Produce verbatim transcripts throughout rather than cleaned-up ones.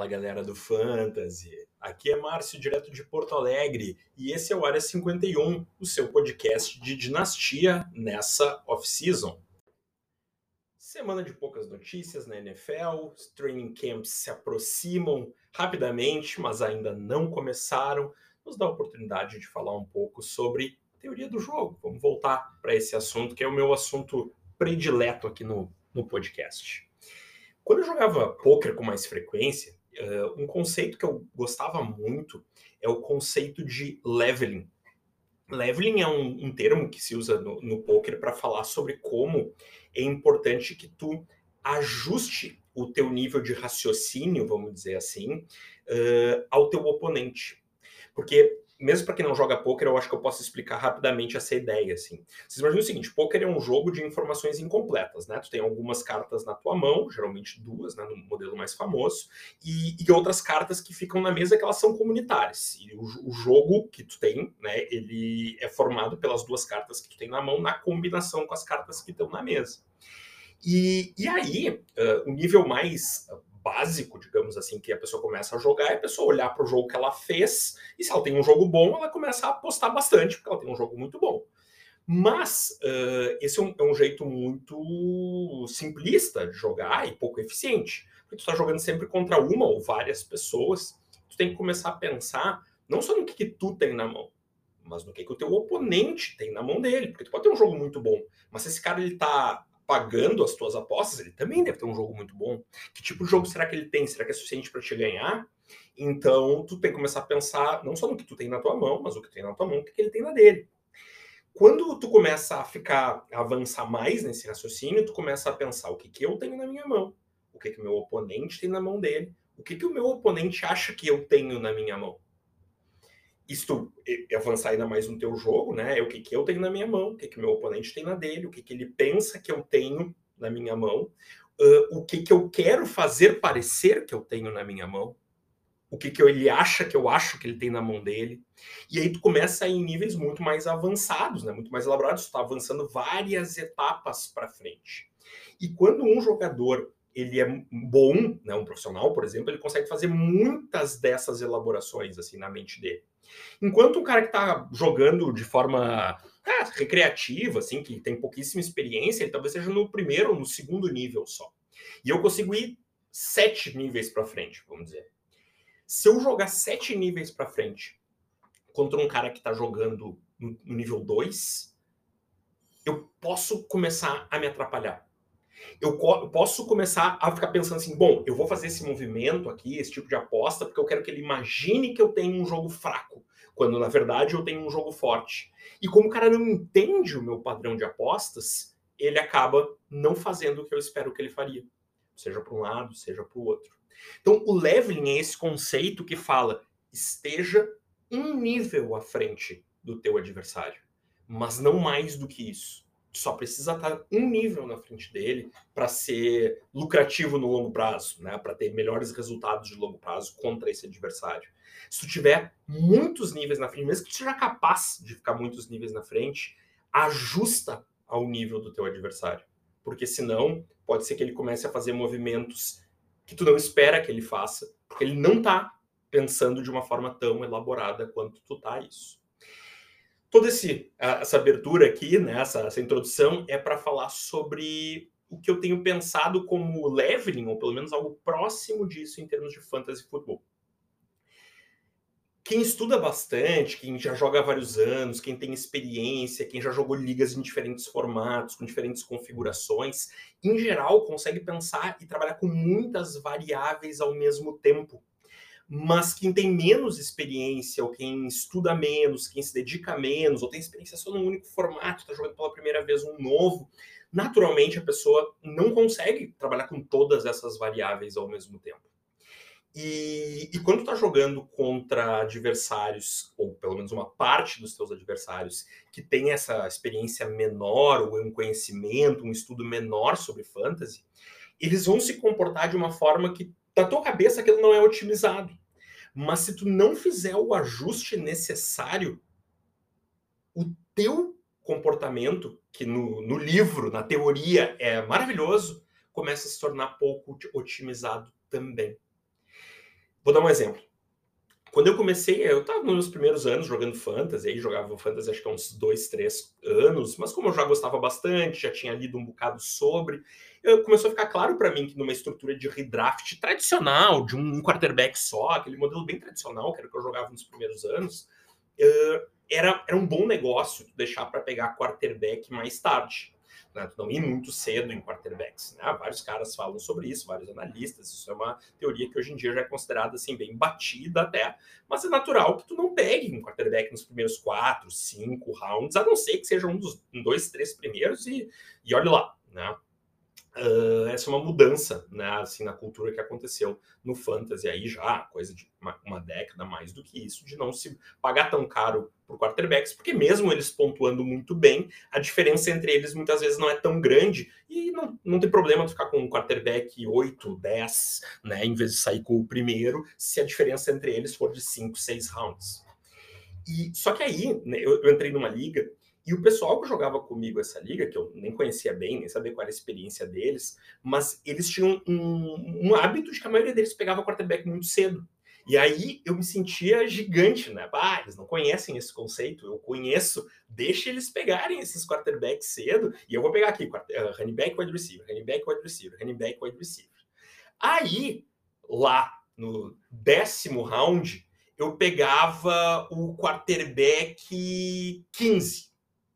galera do Fantasy. Aqui é Márcio, direto de Porto Alegre, e esse é o Área cinquenta e um, o seu podcast de dinastia nessa off-season. Semana de poucas notícias na N F L, os training camps se aproximam rapidamente, mas ainda não começaram. Nos dá a oportunidade de falar um pouco sobre teoria do jogo. Vamos voltar para esse assunto, que é o meu assunto predileto aqui no, no podcast. Quando eu jogava poker com mais frequência, uh, um conceito que eu gostava muito é o conceito de leveling. Leveling é um, um termo que se usa no, no poker para falar sobre como é importante que tu ajuste o teu nível de raciocínio, vamos dizer assim, uh, ao teu oponente. Porque, mesmo para quem não joga poker, eu acho que eu posso explicar rapidamente essa ideia, assim. Vocês imaginam o seguinte, poker é um jogo de informações incompletas, né? Tu tem algumas cartas na tua mão, geralmente duas, né, no modelo mais famoso, e, e outras cartas que ficam na mesa que elas são comunitárias. E o, o jogo que tu tem, né, ele é formado pelas duas cartas que tu tem na mão na combinação com as cartas que estão na mesa. E, e aí, uh, o nível mais básico, digamos assim, que a pessoa começa a jogar é a pessoa olhar para o jogo que ela fez, e se ela tem um jogo bom, ela começa a apostar bastante, porque ela tem um jogo muito bom. Mas uh, esse é um, é um jeito muito simplista de jogar e pouco eficiente. Porque tu está jogando sempre contra uma ou várias pessoas, tu tem que começar a pensar não só no que, que tu tem na mão, mas no que, que o teu oponente tem na mão dele. Porque tu pode ter um jogo muito bom, mas se esse cara ele tá pagando as tuas apostas, ele também deve ter um jogo muito bom. Que tipo de jogo será que ele tem? Será que é suficiente para te ganhar? Então, tu tem que começar a pensar não só no que tu tem na tua mão, mas o que tu tem na tua mão, o que ele tem na dele. Quando tu começa a ficar, a avançar mais nesse raciocínio, tu começa a pensar o que, que eu tenho na minha mão, o que, que o meu oponente tem na mão dele, o que, que o meu oponente acha que eu tenho na minha mão. Isto avançar ainda mais no teu jogo, né? É o que, que eu tenho na minha mão, o que, que meu oponente tem na dele, o que, que ele pensa que eu tenho na minha mão, uh, o que, que eu quero fazer parecer que eu tenho na minha mão, o que, que ele acha que eu acho que ele tem na mão dele. E aí tu começa a ir em níveis muito mais avançados, né? Muito mais elaborados, tu tá avançando várias etapas para frente. E quando um jogador ele é bom, né, um profissional, por exemplo, ele consegue fazer muitas dessas elaborações assim na mente dele. Enquanto um cara que está jogando de forma é, recreativa, assim, que tem pouquíssima experiência, ele talvez seja no primeiro ou no segundo nível só. E eu consigo ir sete níveis para frente, vamos dizer. Se eu jogar sete níveis para frente contra um cara que está jogando no nível dois, eu posso começar a me atrapalhar. Eu posso começar a ficar pensando assim, bom, eu vou fazer esse movimento aqui, esse tipo de aposta, porque eu quero que ele imagine que eu tenho um jogo fraco, quando na verdade eu tenho um jogo forte. E como o cara não entende o meu padrão de apostas, ele acaba não fazendo o que eu espero que ele faria. Seja para um lado, seja para o outro. Então o leveling é esse conceito que fala, esteja um nível à frente do teu adversário, mas não mais do que isso. Só precisa estar um nível na frente dele para ser lucrativo no longo prazo, né? Para ter melhores resultados de longo prazo contra esse adversário. Se tu tiver muitos níveis na frente, mesmo que tu seja capaz de ficar muitos níveis na frente, ajusta ao nível do teu adversário. Porque senão, pode ser que ele comece a fazer movimentos que tu não espera que ele faça, porque ele não está pensando de uma forma tão elaborada quanto tu tá isso. Toda esse, essa abertura aqui, né, essa, essa introdução, é para falar sobre o que eu tenho pensado como leveling, ou pelo menos algo próximo disso em termos de fantasy futebol. Quem estuda bastante, quem já joga há vários anos, quem tem experiência, quem já jogou ligas em diferentes formatos, com diferentes configurações, em geral consegue pensar e trabalhar com muitas variáveis ao mesmo tempo. Mas quem tem menos experiência, ou quem estuda menos, quem se dedica menos, ou tem experiência só num único formato, está jogando pela primeira vez um novo, naturalmente a pessoa não consegue trabalhar com todas essas variáveis ao mesmo tempo. E, e quando está jogando contra adversários, ou pelo menos uma parte dos seus adversários, que tem essa experiência menor, ou um conhecimento, um estudo menor sobre fantasy, eles vão se comportar de uma forma que, da tua cabeça, aquilo não é otimizado. Mas se tu não fizer o ajuste necessário, o teu comportamento, que no, no livro, na teoria, é maravilhoso, começa a se tornar pouco otimizado também. Vou dar um exemplo. Quando eu comecei, eu estava nos meus primeiros anos jogando Fantasy, aí jogava Fantasy acho que há uns dois, três anos, mas como eu já gostava bastante, já tinha lido um bocado sobre, eu, começou a ficar claro para mim que numa estrutura de redraft tradicional, de um quarterback só, aquele modelo bem tradicional, que era o que eu jogava nos primeiros anos, uh, era, era um bom negócio deixar para pegar quarterback mais tarde. Né? Tu não ir muito cedo em quarterbacks. Né? Vários caras falam sobre isso, vários analistas. Isso é uma teoria que hoje em dia já é considerada assim, bem batida até, mas é natural que tu não pegue um quarterback nos primeiros quatro, cinco rounds, a não ser que seja um dos um, dois, três primeiros e, e olhe lá. Né? Uh, essa é uma mudança, né, assim, na cultura que aconteceu no Fantasy aí já, coisa de uma, uma década mais do que isso, de não se pagar tão caro por quarterbacks, porque mesmo eles pontuando muito bem, a diferença entre eles muitas vezes não é tão grande e não, não tem problema tu ficar com um quarterback oito, dez, né, em vez de sair com o primeiro, se a diferença entre eles for de cinco, seis rounds. E, só que aí, né, eu, eu entrei numa liga e o pessoal que jogava comigo essa liga, que eu nem conhecia bem, nem sabia qual era a experiência deles, mas eles tinham um, um hábito de que a maioria deles pegava quarterback muito cedo. E aí eu me sentia gigante, né? Ah, eles não conhecem esse conceito, eu conheço, deixa eles pegarem esses quarterbacks cedo, e eu vou pegar aqui, uh, running back, wide receiver, running back, wide receiver, running back, wide receiver. Aí, lá no décimo round, eu pegava o quarterback quinze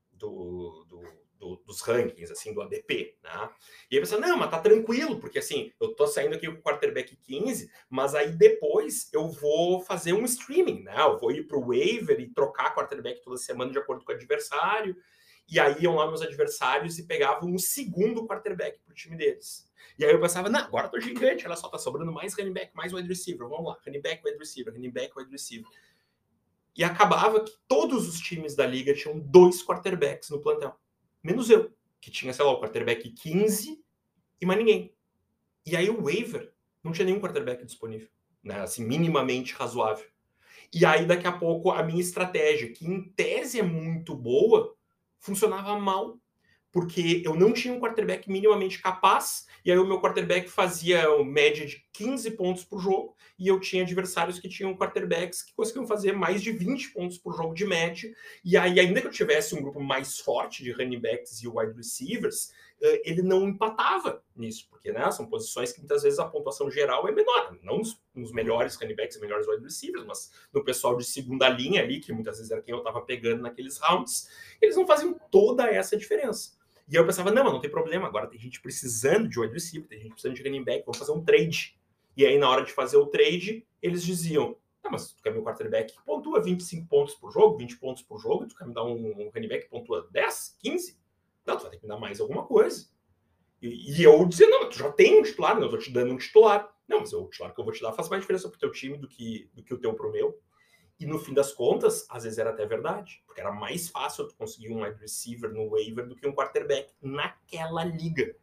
do, do, do, dos rankings, assim, do A D P, né? E aí eu pensava, não, mas tá tranquilo, porque assim, eu tô saindo aqui com o quarterback quinze, mas aí depois eu vou fazer um streaming, né? Eu vou ir pro waiver e trocar quarterback toda semana de acordo com o adversário. E aí iam lá meus adversários e pegavam um segundo quarterback pro time deles. E aí eu pensava, não, agora eu tô gigante, olha só, tá sobrando mais running back, mais wide receiver, vamos lá, running back, wide receiver, running back, wide receiver. E acabava que todos os times da liga tinham dois quarterbacks no plantel. Menos eu, que tinha, sei lá, o quarterback quinze e mais ninguém. E aí o waiver não tinha nenhum quarterback disponível, né? Assim, minimamente razoável. E aí, daqui a pouco, a minha estratégia, que em tese é muito boa, funcionava mal. Porque eu não tinha um quarterback minimamente capaz, e aí o meu quarterback fazia média de quinze pontos por jogo, e eu tinha adversários que tinham quarterbacks que conseguiam fazer mais de vinte pontos por jogo de média, e aí ainda que eu tivesse um grupo mais forte de running backs e wide receivers, ele não empatava nisso, porque né, são posições que muitas vezes a pontuação geral é menor, não nos, nos melhores running backs e melhores wide receivers, mas no pessoal de segunda linha ali, que muitas vezes era quem eu estava pegando naqueles rounds, eles não faziam toda essa diferença. E eu pensava, não, mas não tem problema, agora tem gente precisando de wide receiver, tem gente precisando de running back, vamos fazer um trade. E aí, na hora de fazer o trade, eles diziam, tá, mas tu quer meu quarterback que pontua vinte e cinco pontos por jogo, vinte pontos por jogo, tu quer me dar um, um running back que pontua dez, quinze? Não, tu vai ter que me dar mais alguma coisa. E, e eu dizia, não, tu já tem um titular, não, eu tô te dando um titular. Não, mas o titular que eu vou te dar faz mais diferença pro teu time do que, do que o teu pro meu. E no fim das contas, às vezes era até verdade, porque era mais fácil tu conseguir um wide receiver no waiver do que um quarterback naquela liga.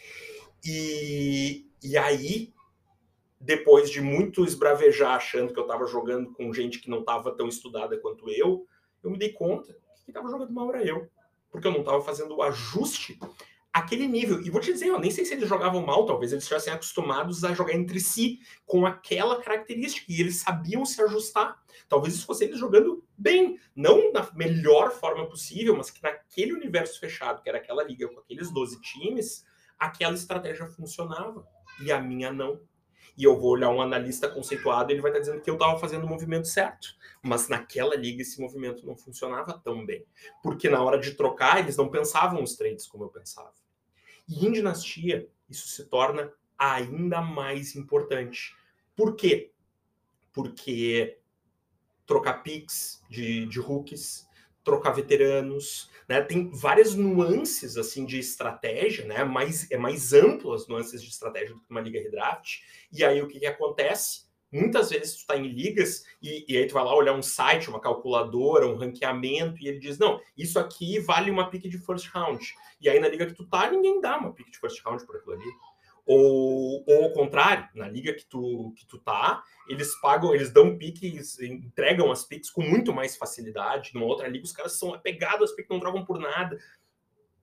E, e aí, depois de muito esbravejar achando que eu estava jogando com gente que não estava tão estudada quanto eu, eu me dei conta que quem estava jogando mal era eu, porque eu não estava fazendo o ajuste aquele nível. E vou te dizer, eu nem sei se eles jogavam mal, talvez eles estivessem acostumados a jogar entre si com aquela característica e eles sabiam se ajustar. Talvez isso fosse eles jogando bem, não da melhor forma possível, mas que naquele universo fechado, que era aquela liga com aqueles doze times, aquela estratégia funcionava e a minha não. E eu vou olhar um analista conceituado e ele vai estar dizendo que eu estava fazendo o movimento certo. Mas naquela liga esse movimento não funcionava tão bem. Porque na hora de trocar, eles não pensavam os trades como eu pensava. E em dinastia, isso se torna ainda mais importante. Por quê? Porque trocar picks de, de rookies, trocar veteranos, né? Tem várias nuances assim de estratégia, né? Mais, é mais amplo as nuances de estratégia do que uma liga redraft. E aí o que, que acontece? Muitas vezes tu está em ligas e, e aí tu vai lá olhar um site, uma calculadora, um ranqueamento e ele diz, não, isso aqui vale uma pick de first round. E aí na liga que tu tá, ninguém dá uma pick de first round por aquilo ali. Ou, ou ao contrário, na liga que tu, que tu tá, eles pagam, eles dão piques, entregam as piques com muito mais facilidade. Numa outra liga, os caras são apegados às piques, não trocam por nada.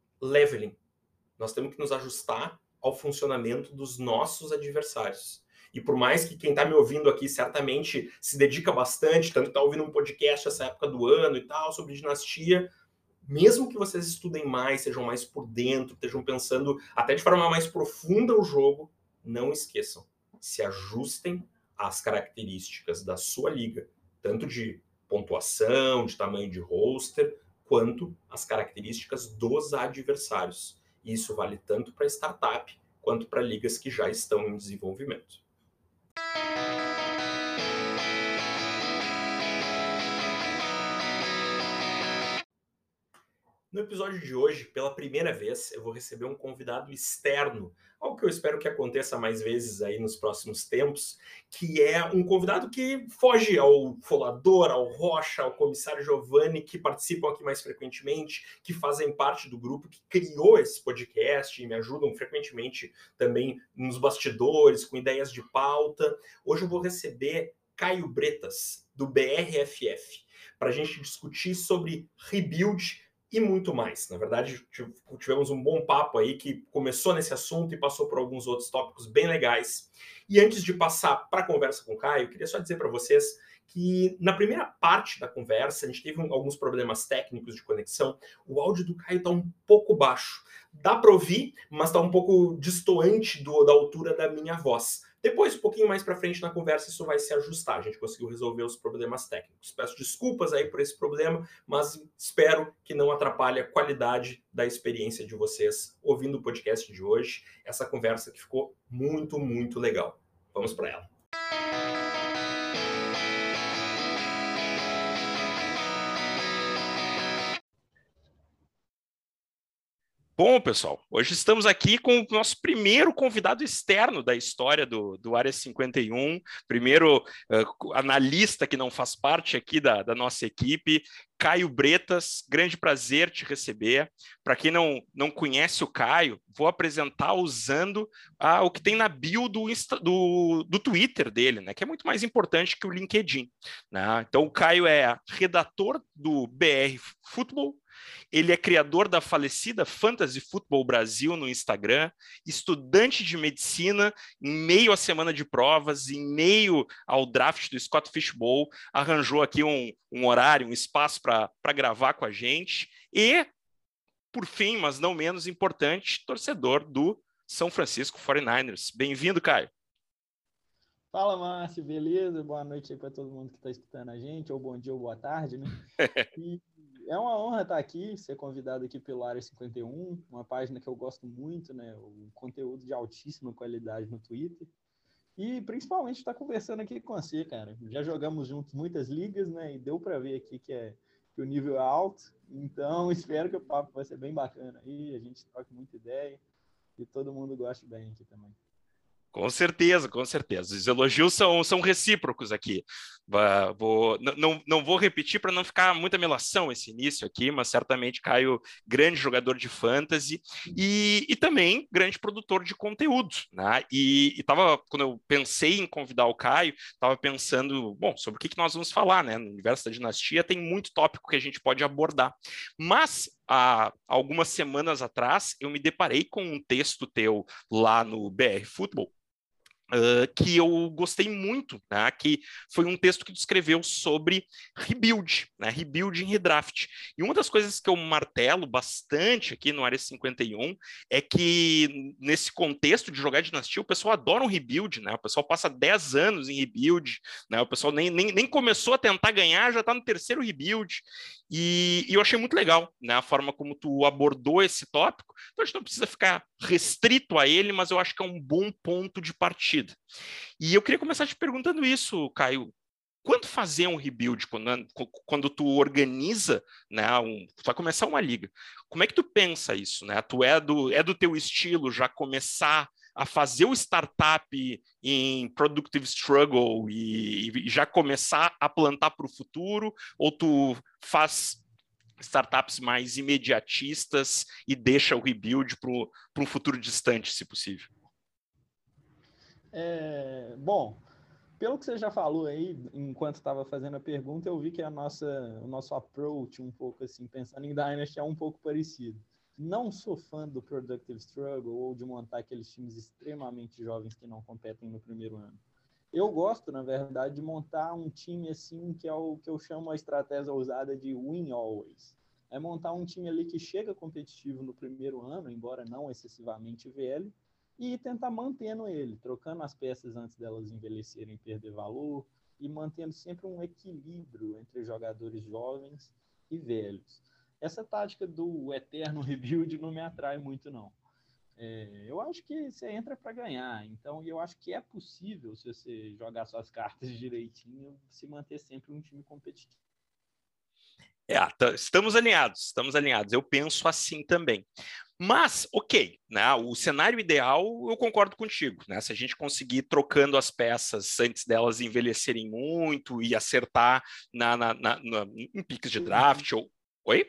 Leveling. Nós temos que nos ajustar ao funcionamento dos nossos adversários. E por mais que quem está me ouvindo aqui certamente se dedica bastante, tanto que está ouvindo um podcast essa época do ano e tal, sobre dinastia, mesmo que vocês estudem mais, sejam mais por dentro, estejam pensando até de forma mais profunda o jogo, não esqueçam, se ajustem às características da sua liga, tanto de pontuação, de tamanho de roster, quanto as características dos adversários. E isso vale tanto para startup quanto para ligas que já estão em desenvolvimento. No episódio de hoje, pela primeira vez, eu vou receber um convidado externo, algo que eu espero que aconteça mais vezes aí nos próximos tempos, que é um convidado que foge ao Folador, ao Rocha, ao comissário Giovanni, que participam aqui mais frequentemente, que fazem parte do grupo que criou esse podcast e me ajudam frequentemente também nos bastidores, com ideias de pauta. Hoje eu vou receber Caio Bretas, do B R F F, para a gente discutir sobre rebuild e muito mais. Na verdade, tivemos um bom papo aí que começou nesse assunto e passou por alguns outros tópicos bem legais. E antes de passar para a conversa com o Caio, eu queria só dizer para vocês que na primeira parte da conversa, a gente teve alguns problemas técnicos de conexão. O áudio do Caio está um pouco baixo. Dá para ouvir, mas está um pouco distoante do, da altura da minha voz. Depois, um pouquinho mais para frente na conversa, isso vai se ajustar. A gente conseguiu resolver os problemas técnicos. Peço desculpas aí por esse problema, mas espero que não atrapalhe a qualidade da experiência de vocês ouvindo o podcast de hoje. Essa conversa que ficou muito, muito legal. Vamos para ela. Bom, pessoal, hoje estamos aqui com o nosso primeiro convidado externo da história do, do Área cinquenta e um, primeiro uh, analista que não faz parte aqui da, da nossa equipe, Caio Bretas, grande prazer te receber. Para quem não, não conhece o Caio, vou apresentar usando ah, o que tem na bio do, Insta, do, do Twitter dele, né, que é muito mais importante que o LinkedIn. Né? Então, o Caio é redator do B R Futebol. Ele é criador da falecida Fantasy Football Brasil no Instagram, estudante de medicina, em meio à semana de provas, em meio ao draft do Scott Fishbowl, arranjou aqui um, um horário, um espaço para gravar com a gente. E, por fim, mas não menos importante, torcedor do São Francisco forty-niners. Bem-vindo, Caio. Fala, Márcio, beleza? Boa noite aí para todo mundo que está escutando a gente, ou bom dia ou boa tarde, né? E é uma honra estar aqui, ser convidado aqui pelo Área cinquenta e um, uma página que eu gosto muito, né? O conteúdo de altíssima qualidade no Twitter. E principalmente estar conversando aqui com você, cara. Já jogamos juntos muitas ligas, né? E deu para ver aqui que, é, que o nível é alto. Então, espero que o papo vai ser bem bacana aí. A gente troca muita ideia e todo mundo goste bem aqui também. Com certeza, com certeza. Os elogios são, são recíprocos aqui. Vou, não, não vou repetir para não ficar muita melação esse início aqui, mas certamente Caio, grande jogador de fantasy e, e também grande produtor de conteúdo. Né? E, e tava, quando eu pensei em convidar o Caio, estava pensando, bom, sobre o que, que nós vamos falar, né? No universo da dinastia tem muito tópico que a gente pode abordar. Mas há algumas semanas atrás eu me deparei com um texto teu lá no B R Futebol, Uh, que eu gostei muito, né? Que foi um texto que descreveu sobre rebuild, né? Rebuild em redraft. E uma das coisas que eu martelo bastante aqui no Área cinquenta e um é que nesse contexto de jogar dinastia, o pessoal adora um rebuild, né? O pessoal passa dez anos em rebuild, né? O pessoal nem, nem, nem começou a tentar ganhar, já está no terceiro rebuild. E, e eu achei muito legal, né? A forma como tu abordou esse tópico. Então a gente não precisa ficar restrito a ele, mas eu acho que é um bom ponto de partida. E eu queria começar te perguntando isso, Caio. Quando fazer um rebuild, quando, quando tu organiza, né, um, tu vai começar uma liga, como é que tu pensa isso? Né? Tu é do, é do teu estilo já começar a fazer o startup em productive struggle e, e já começar a plantar para o futuro? Ou tu faz startups mais imediatistas e deixa o rebuild para um futuro distante, se possível? É, bom, pelo que você já falou aí, enquanto estava fazendo a pergunta, eu vi que a nossa, o nosso approach um pouco assim, pensando em Dynasty, é um pouco parecido. Não sou fã do Productive Struggle ou de montar aqueles times extremamente jovens que não competem no primeiro ano. Eu gosto, na verdade, de montar um time assim, que é o que eu chamo a estratégia ousada de win always. É montar um time ali que chega competitivo no primeiro ano, embora não excessivamente velho, e tentar mantendo ele, trocando as peças antes delas envelhecerem e perder valor, e mantendo sempre um equilíbrio entre jogadores jovens e velhos. Essa tática do eterno rebuild não me atrai muito, não. É, eu acho que você entra para ganhar, então eu acho que é possível, se você jogar suas cartas direitinho, se manter sempre um time competitivo. É, estamos alinhados, estamos alinhados. Eu penso assim também. Mas, ok, né? O cenário ideal, eu concordo contigo, né? Se a gente conseguir ir trocando as peças antes delas envelhecerem muito e acertar na, na, na, na, em piques de draft, ou... Oi?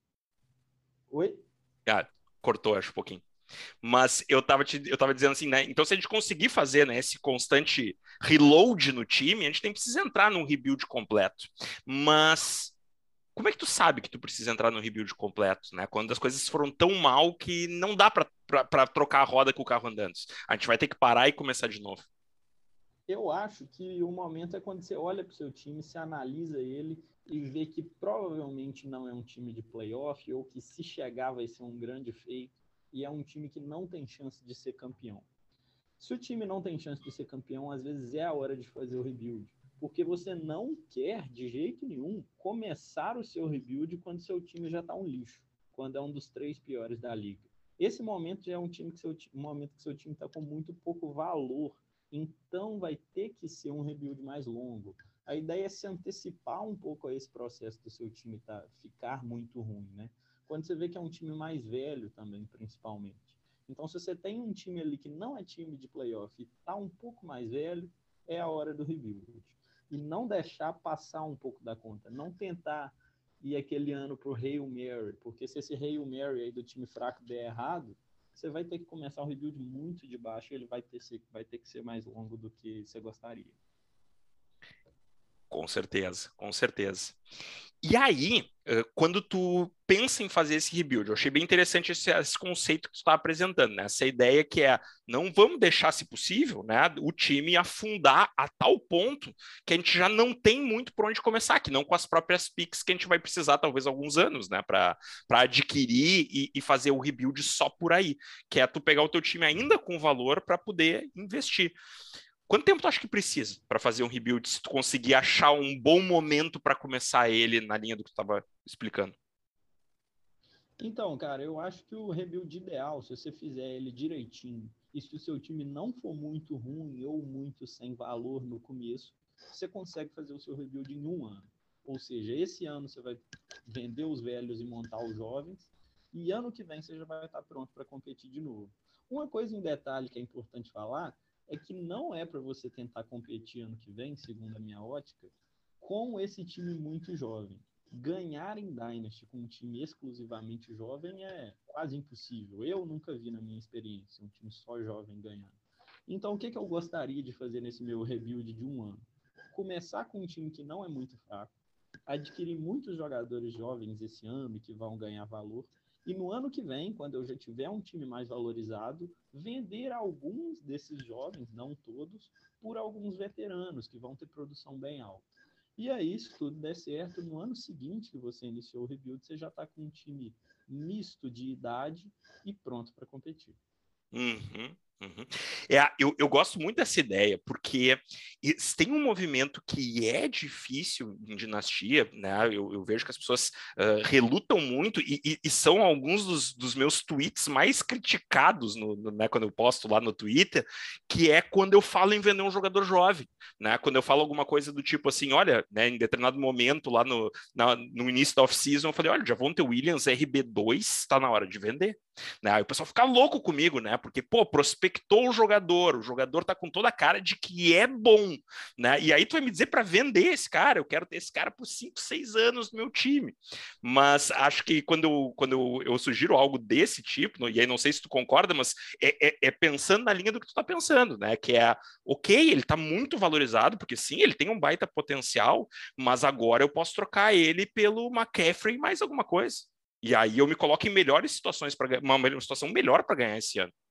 Oi? Ah, cortou, acho, um pouquinho. Mas eu estava eu tava dizendo assim, né? Então, se a gente conseguir fazer, né, esse constante reload no time, a gente nem precisa entrar num rebuild completo. Mas como é que tu sabe que tu precisa entrar no rebuild completo, né? Quando as coisas foram tão mal que não dá para trocar a roda com o carro andando. A gente vai ter que parar e começar de novo. Eu acho que o momento é quando você olha para o seu time, se analisa ele e vê que provavelmente não é um time de playoff ou que se chegar vai ser um grande feito e é um time que não tem chance de ser campeão. Se o time não tem chance de ser campeão, às vezes é a hora de fazer o rebuild, porque você não quer, de jeito nenhum, começar o seu rebuild quando seu time já está um lixo, quando é um dos três piores da liga. Esse momento já é um, time que seu, um momento que seu time está com muito pouco valor, então vai ter que ser um rebuild mais longo. A ideia é se antecipar um pouco a esse processo do seu time tá, ficar muito ruim, né? Quando você vê que é um time mais velho também, principalmente. Então, se você tem um time ali que não é time de playoff e está um pouco mais velho, é a hora do rebuild. E não deixar passar um pouco da conta. Não tentar ir aquele ano pro Hail Mary, porque se esse Hail Mary aí do time fraco der errado, você vai ter que começar um rebuild muito de baixo e ele vai ter, vai ter que ser mais longo do que você gostaria. Com certeza, com certeza. E aí, quando tu pensa em fazer esse rebuild, eu achei bem interessante esse, esse conceito que tu está apresentando, né? Essa ideia que é, não vamos deixar, se possível, né, o time afundar a tal ponto que a gente já não tem muito por onde começar, que não com as próprias picks que a gente vai precisar talvez alguns anos, né, para adquirir e, e fazer o rebuild só por aí, que é tu pegar o teu time ainda com valor para poder investir. Quanto tempo tu acha que precisa para fazer um rebuild, se tu conseguir achar um bom momento para começar ele na linha do que tu estava explicando? Então, cara, eu acho que o rebuild ideal, se você fizer ele direitinho, e se o seu time não for muito ruim ou muito sem valor no começo, você consegue fazer o seu rebuild em um ano. Ou seja, esse ano você vai vender os velhos e montar os jovens, e ano que vem você já vai estar pronto para competir de novo. Uma coisa em detalhe que é importante falar é que não é para você tentar competir ano que vem, segundo a minha ótica, com esse time muito jovem. Ganhar em Dynasty com um time exclusivamente jovem é quase impossível. Eu nunca vi na minha experiência um time só jovem ganhando. Então, o que, que eu gostaria de fazer nesse meu rebuild de um ano? Começar com um time que não é muito fraco, adquirir muitos jogadores jovens esse ano e que vão ganhar valor, e no ano que vem, quando eu já tiver um time mais valorizado, vender alguns desses jovens, não todos, por alguns veteranos que vão ter produção bem alta. E aí, se tudo der certo, no ano seguinte que você iniciou o rebuild, você já está com um time misto de idade e pronto para competir. Uhum. Uhum. É, eu, eu gosto muito dessa ideia, porque tem um movimento que é difícil em dinastia, né? Eu, eu vejo que as pessoas uh, relutam muito e, e, e são alguns dos, dos meus tweets mais criticados no, no, né, quando eu posto lá no Twitter, que é quando eu falo em vender um jogador jovem, né? Quando eu falo alguma coisa do tipo assim, olha, né, em determinado momento lá no, na, no início da off-season, eu falei, olha, Javonte Williams R B dois, está na hora de vender. Né? Aí o pessoal fica louco comigo, né? Porque, pô, prospectou o jogador, o jogador tá com toda a cara de que é bom, né? E aí tu vai me dizer para vender esse cara, eu quero ter esse cara por cinco, seis anos no meu time. Mas acho que quando eu, quando eu, eu sugiro algo desse tipo, e aí não sei se tu concorda, mas é, é, é pensando na linha do que tu tá pensando, né? Que é, ok, ele tá muito valorizado, porque sim, ele tem um baita potencial, mas agora eu posso trocar ele pelo McCaffrey mais alguma coisa. E aí eu me coloco em melhores situações, para uma situação melhor para ganhar esse ano.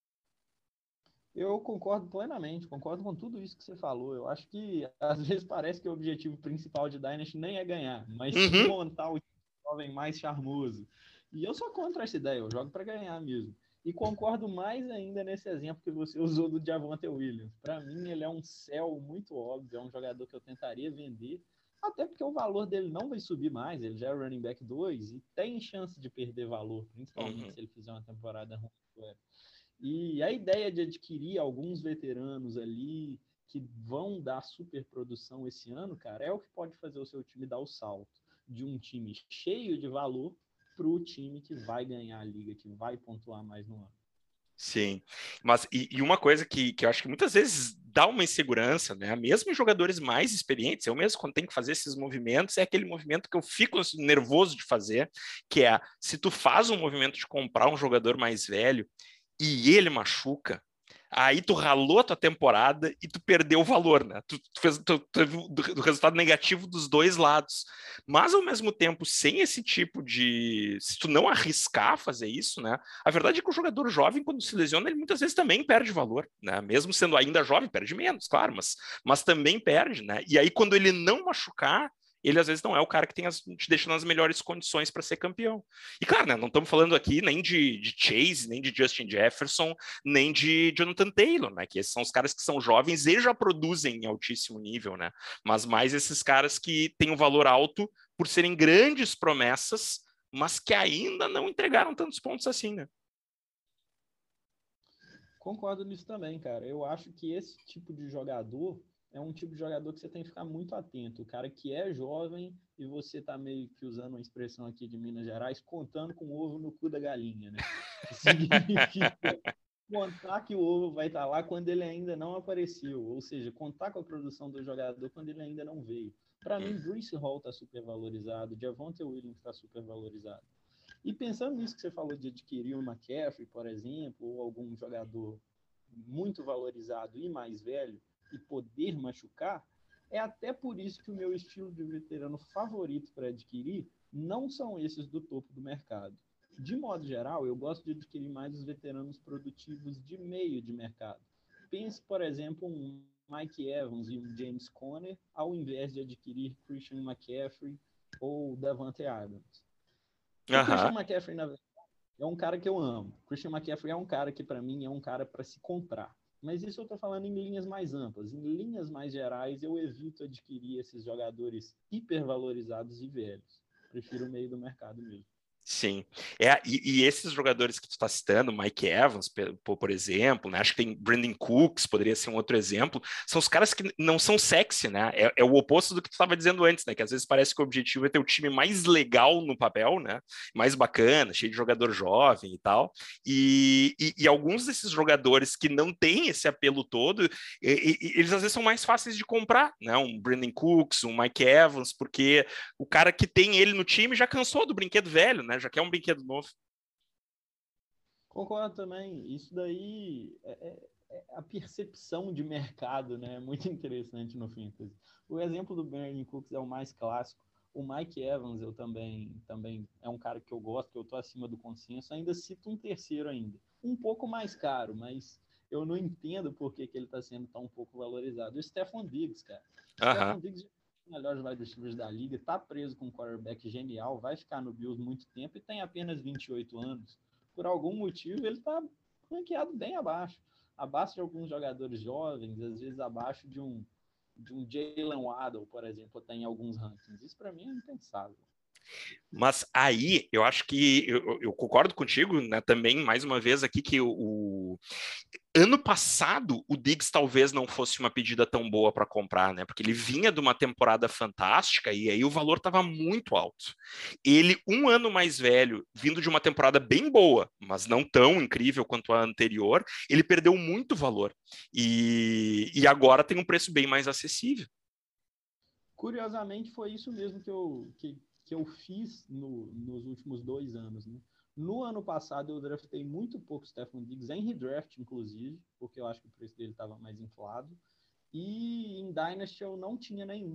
Eu concordo plenamente, concordo com tudo isso que você falou. Eu acho que às vezes parece que o objetivo principal de Dynasty nem é ganhar, mas sim Uhum. montar o jovem mais charmoso. E eu sou contra essa ideia, eu jogo para ganhar mesmo. E concordo mais ainda nesse exemplo que você usou do Javonte Williams. Para mim, ele é um céu muito óbvio, é um jogador que eu tentaria vender, até porque o valor dele não vai subir mais, ele já é running back dois e tem chance de perder valor, principalmente Uhum. se ele fizer uma temporada ruim. E a ideia de adquirir alguns veteranos ali que vão dar superprodução esse ano, cara, é o que pode fazer o seu time dar o salto de um time cheio de valor para o time que vai ganhar a liga, que vai pontuar mais no ano. Sim, mas e, e uma coisa que, que eu acho que muitas vezes dá uma insegurança, né? Mesmo em jogadores mais experientes, eu mesmo quando tenho que fazer esses movimentos, é aquele movimento que eu fico nervoso de fazer, que é, se tu faz um movimento de comprar um jogador mais velho e ele machuca, aí tu ralou a tua temporada e tu perdeu o valor, né? Tu, tu fez tu, teve o resultado negativo dos dois lados. Mas, ao mesmo tempo, sem esse tipo de... Se tu não arriscar fazer isso, né? A verdade é que o jogador jovem, quando se lesiona, ele muitas vezes também perde valor, né? Mesmo sendo ainda jovem, perde menos, claro, mas, mas também perde, né? E aí, quando ele não machucar, ele às vezes não é o cara que tem as, te deixa nas melhores condições para ser campeão. E claro, né, não estamos falando aqui nem de, de Chase, nem de Justin Jefferson, nem de Jonathan Taylor, né? Que esses são os caras que são jovens e já produzem em altíssimo nível, né? Mas mais esses caras que têm um valor alto por serem grandes promessas, mas que ainda não entregaram tantos pontos assim, né? Concordo nisso também, cara. Eu acho que esse tipo de jogador é um tipo de jogador que você tem que ficar muito atento. O cara que é jovem e você tá meio que usando uma expressão aqui de Minas Gerais, contando com o ovo no cu da galinha, né? Que significa contar que o ovo vai estar lá quando ele ainda não apareceu. Ou seja, contar com a produção do jogador quando ele ainda não veio. Para mim, Breece Hall tá super valorizado, Javonte Williams tá super valorizado. E pensando nisso que você falou de adquirir o McCaffrey, por exemplo, ou algum jogador muito valorizado e mais velho, e poder machucar, é até por isso que o meu estilo de veterano favorito para adquirir não são esses do topo do mercado. De modo geral, eu gosto de adquirir mais os veteranos produtivos de meio de mercado. Pense, por exemplo, um Mike Evans e um James Conner, ao invés de adquirir Christian McCaffrey ou Davante Adams. O Christian Aham. McCaffrey, na verdade, é um cara que eu amo. Christian McCaffrey é um cara que, para mim, é um cara para se comprar. Mas isso eu estou falando em linhas mais amplas. Em linhas mais gerais, eu evito adquirir esses jogadores hipervalorizados e velhos. Prefiro o meio do mercado mesmo. Sim, é, e, e esses jogadores que tu está citando, Mike Evans, por, por exemplo, né? Acho que tem Brandon Cooks, poderia ser um outro exemplo, são os caras que não são sexy, né? É, é o oposto do que tu estava dizendo antes, né? Que às vezes parece que o objetivo é ter o time mais legal no papel, né? Mais bacana, cheio de jogador jovem e tal. E, e, e alguns desses jogadores que não têm esse apelo todo, e, e, eles às vezes são mais fáceis de comprar, né? Um Brandon Cooks, um Mike Evans, porque o cara que tem ele no time já cansou do brinquedo velho, né? Já quer um brinquedo novo. Concordo também. Isso daí é, é, é a percepção de mercado, né? É muito interessante no Fantasy. O exemplo do Brandon Cooks é o mais clássico. O Mike Evans, eu também, também é um cara que eu gosto, que eu tô acima do consenso. Ainda cito um terceiro ainda. Um pouco mais caro, mas eu não entendo por que, que ele está sendo tão pouco valorizado. O Stephon Diggs, cara. O Aham. Stephon Diggs é o melhor wide receivers da liga, tá preso com um quarterback genial, vai ficar no Bills muito tempo e tem apenas vinte e oito anos. Por algum motivo, ele está ranqueado bem abaixo. Abaixo de alguns jogadores jovens, às vezes abaixo de um, de um Jalen Waddle, por exemplo, tem alguns rankings. Isso para mim é impensável. Mas aí eu acho que eu, eu concordo contigo, né, também, mais uma vez aqui, que o, o... ano passado o Diggs talvez não fosse uma pedida tão boa para comprar, né? Porque ele vinha de uma temporada fantástica e aí o valor estava muito alto. Ele, um ano mais velho, vindo de uma temporada bem boa, mas não tão incrível quanto a anterior, ele perdeu muito valor. E, e agora tem um preço bem mais acessível. Curiosamente, foi isso mesmo que eu, que, que eu fiz no, nos últimos dois anos, né? No ano passado, eu draftei muito pouco Stephon Diggs, em redraft, inclusive, porque eu acho que o preço dele estava mais inflado. E em Dynasty eu não tinha nenhum.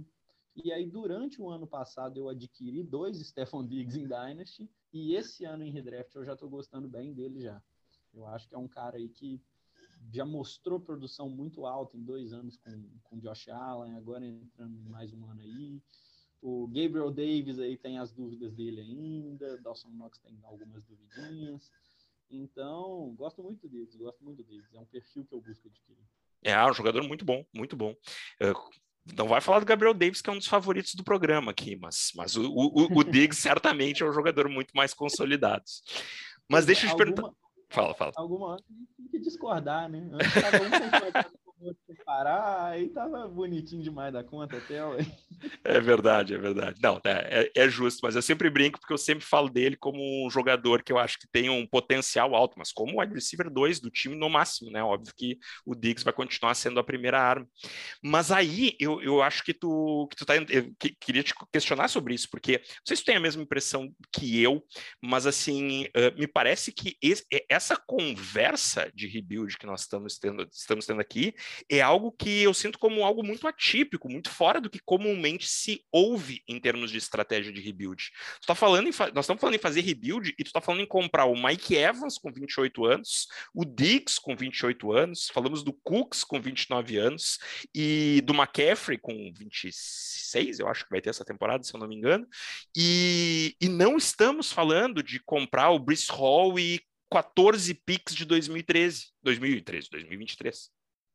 E aí, durante o ano passado, eu adquiri dois Stephon Diggs em Dynasty, e esse ano em Redraft eu já estou gostando bem dele já. Eu acho que é um cara aí que já mostrou produção muito alta em dois anos com, com Josh Allen, agora entrando em mais um ano aí. O Gabriel Davis aí tem as dúvidas dele ainda, Dawson Knox tem algumas duvidinhas. Então, gosto muito deles, gosto muito deles. É um perfil que eu busco adquirir. É um jogador muito bom, muito bom. Uh, não vai falar do Gabriel Davis, que é um dos favoritos do programa aqui, mas, mas o, o, o Diggs certamente é um jogador muito mais consolidado. Mas deixa eu te alguma, perguntar. Fala, fala. Alguma hora a gente tem que discordar, né? Antes tava um concordando com o outro separar, aí tava bonitinho demais da conta até, ué. É verdade, é verdade. Não, é, é justo, mas eu sempre brinco porque eu sempre falo dele como um jogador que eu acho que tem um potencial alto, mas como wide receiver dois do time no máximo, né? Óbvio que o Diggs vai continuar sendo a primeira arma. Mas aí eu, eu acho que tu, que tu tá. Eu que, queria te questionar sobre isso, porque não sei se tu tem a mesma impressão que eu, mas assim, uh, me parece que esse, essa conversa de rebuild que nós estamos tendo, estamos tendo aqui é algo que eu sinto como algo muito atípico, muito fora do que comumente se ouve em termos de estratégia de rebuild. Tu tá falando em, nós estamos falando em fazer rebuild e tu tá falando em comprar o Mike Evans com vinte e oito anos, o Diggs com vinte e oito anos, falamos do Cooks com vinte e nove anos e do McCaffrey com vinte e seis, eu acho que vai ter essa temporada, se eu não me engano, e, e não estamos falando de comprar o Breece Hall e quatorze picks de dois mil e treze, dois mil e treze, dois mil e vinte e três.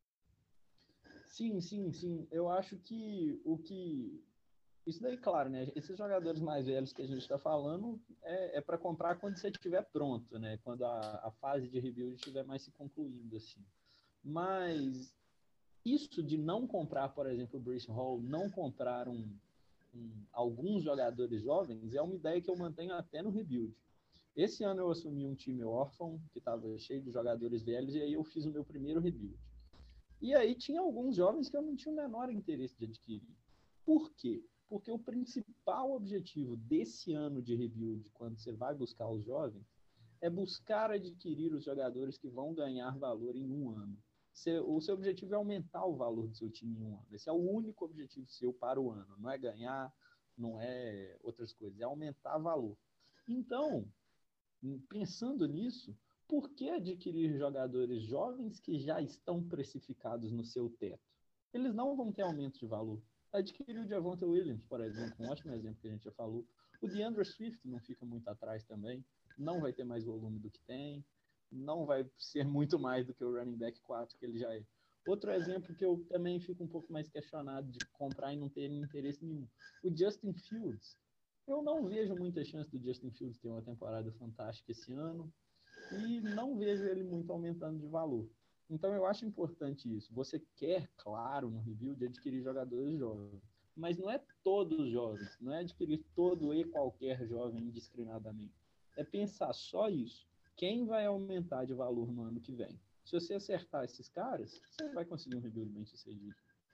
Sim, sim, sim. Eu acho que o que... Isso daí, claro, né? Esses jogadores mais velhos que a gente está falando é, é para comprar quando você estiver pronto, né? Quando a, a fase de rebuild estiver mais se concluindo, assim. Mas isso de não comprar, por exemplo, o Breece Hall, não comprar um, um, alguns jogadores jovens, é uma ideia que eu mantenho até no rebuild. Esse ano eu assumi um time órfão, que estava cheio de jogadores velhos, e aí eu fiz o meu primeiro rebuild. E aí tinha alguns jovens que eu não tinha o menor interesse de adquirir. Por quê? Porque o principal objetivo desse ano de rebuild, quando você vai buscar os jovens, é buscar adquirir os jogadores que vão ganhar valor em um ano. O seu objetivo é aumentar o valor do seu time em um ano. Esse é o único objetivo seu para o ano. Não é ganhar, não é outras coisas, é aumentar valor. Então, pensando nisso, por que adquirir jogadores jovens que já estão precificados no seu teto? Eles não vão ter aumento de valor. Adquirir o Javonte Williams, por exemplo, um ótimo exemplo que a gente já falou. O DeAndre Swift não fica muito atrás também, não vai ter mais volume do que tem, não vai ser muito mais do que o running back quatro que ele já é. Outro exemplo que eu também fico um pouco mais questionado de comprar e não ter interesse nenhum. O Justin Fields. Eu não vejo muita chance do Justin Fields ter uma temporada fantástica esse ano e não vejo ele muito aumentando de valor. Então eu acho importante isso. Você quer, claro, no rebuild, adquirir jogadores jovens, mas não é todos jovens, não é adquirir todo e qualquer jovem indiscriminadamente. É pensar só isso. Quem vai aumentar de valor no ano que vem? Se você acertar esses caras, você vai conseguir um rebuild bem sucedido.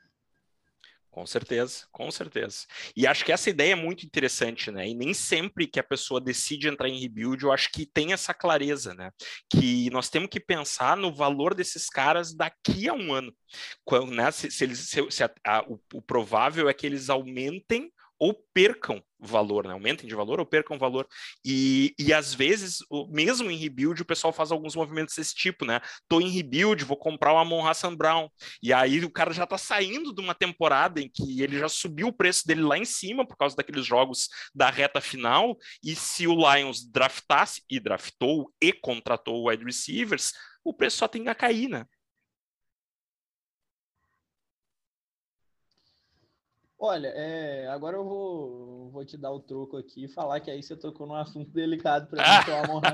Com certeza, com certeza. E acho que essa ideia é muito interessante, né? E nem sempre que a pessoa decide entrar em rebuild, eu acho que tem essa clareza, né? Que nós temos que pensar no valor desses caras daqui a um ano. Quando, né? Se, se eles, se, se a, a, o, o provável é que eles aumentem ou percam valor, né? Aumentem de valor ou percam valor. E, e às vezes, mesmo em rebuild, o pessoal faz alguns movimentos desse tipo, né? Tô em rebuild, vou comprar o Amon-Ra Saint Brown. E aí o cara já tá saindo de uma temporada em que ele já subiu o preço dele lá em cima por causa daqueles jogos da reta final. E se o Lions draftasse, e draftou, e contratou wide receivers, o preço só tem a cair, né? Olha, é, agora eu vou, vou te dar o troco aqui e falar que aí você tocou num assunto delicado para mim, que é o Amon-Ra.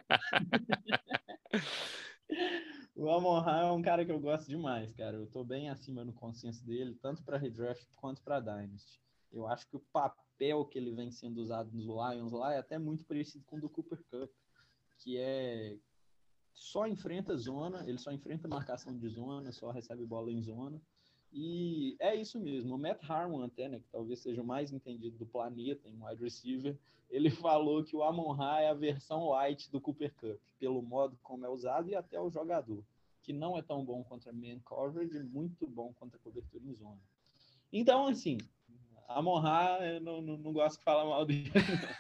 O Amon-Ra é um cara que eu gosto demais, cara. Eu tô bem acima no consenso dele, tanto para redraft quanto para Dynasty. Eu acho que o papel que ele vem sendo usado nos Lions lá é até muito parecido com o do Cooper Kupp, que é só enfrenta zona, ele só enfrenta marcação de zona, só recebe bola em zona. E é isso mesmo. O Matt Harmon até, né, que talvez seja o mais entendido do planeta em wide receiver, ele falou que o Amon-Ra é a versão light do Cooper Kupp, pelo modo como é usado e até o jogador, que não é tão bom contra man coverage, muito bom contra cobertura em zona. Então, assim, Amon-Ra, eu não, não, não gosto de falar mal dele,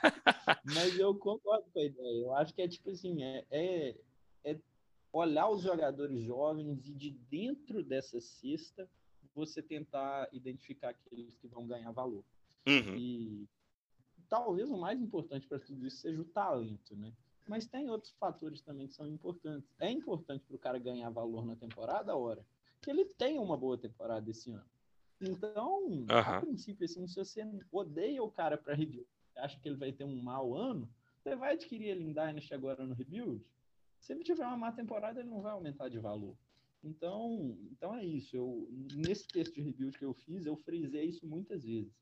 mas eu concordo com a ideia. Eu acho que é tipo assim, é, é, é olhar os jogadores jovens e de dentro dessa cesta você tentar identificar aqueles que vão ganhar valor. Uhum. E talvez o mais importante para tudo isso seja o talento, né? Mas tem outros fatores também que são importantes. É importante para o cara ganhar valor na temporada, ora, que ele tenha uma boa temporada esse ano. Então, uhum. a princípio, assim, se você odeia o cara para rebuild, acha que ele vai ter um mau ano, você vai adquirir ele em Dynasty agora no rebuild. Se ele tiver uma má temporada, ele não vai aumentar de valor. Então, então é isso. Eu, nesse texto de rebuild que eu fiz, eu frisei isso muitas vezes.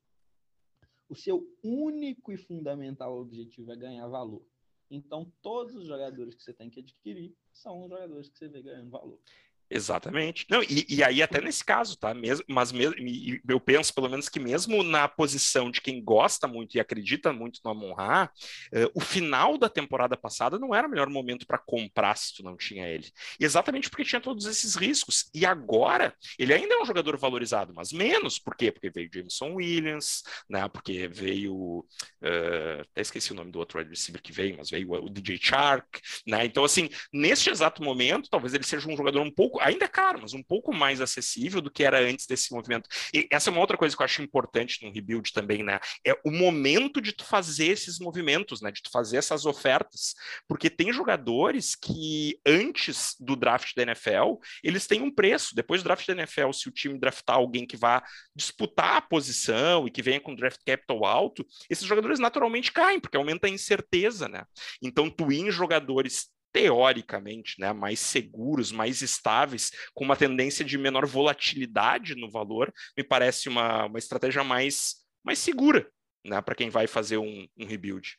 O seu único e fundamental objetivo é ganhar valor. Então, todos os jogadores que você tem que adquirir são os jogadores que você vê ganhando valor. Exatamente. Não, e, e aí até nesse caso, tá? Mesmo, mas mesmo, eu penso pelo menos que mesmo na posição de quem gosta muito e acredita muito no Amon-Ra, uh, o final da temporada passada não era o melhor momento para comprar se tu não tinha ele. Exatamente porque tinha todos esses riscos. E agora, ele ainda é um jogador valorizado, mas menos. Por quê? Porque veio Jameson Williams, né? Porque veio... Uh, até esqueci o nome do outro wide receiver que veio, mas veio o D J Chark, né? Então, assim, neste exato momento, talvez ele seja um jogador um pouco ainda é caro, mas um pouco mais acessível do que era antes desse movimento. E essa é uma outra coisa que eu acho importante no rebuild também, né? É o momento de tu fazer esses movimentos, né? De tu fazer essas ofertas. Porque tem jogadores que antes do draft da N F L, eles têm um preço. Depois do draft da N F L, se o time draftar alguém que vá disputar a posição e que venha com draft capital alto, esses jogadores naturalmente caem, porque aumenta a incerteza, né? Então, tu ir em jogadores teoricamente, né, mais seguros, mais estáveis, com uma tendência de menor volatilidade no valor, me parece uma, uma estratégia mais, mais segura, né, para quem vai fazer um, um rebuild.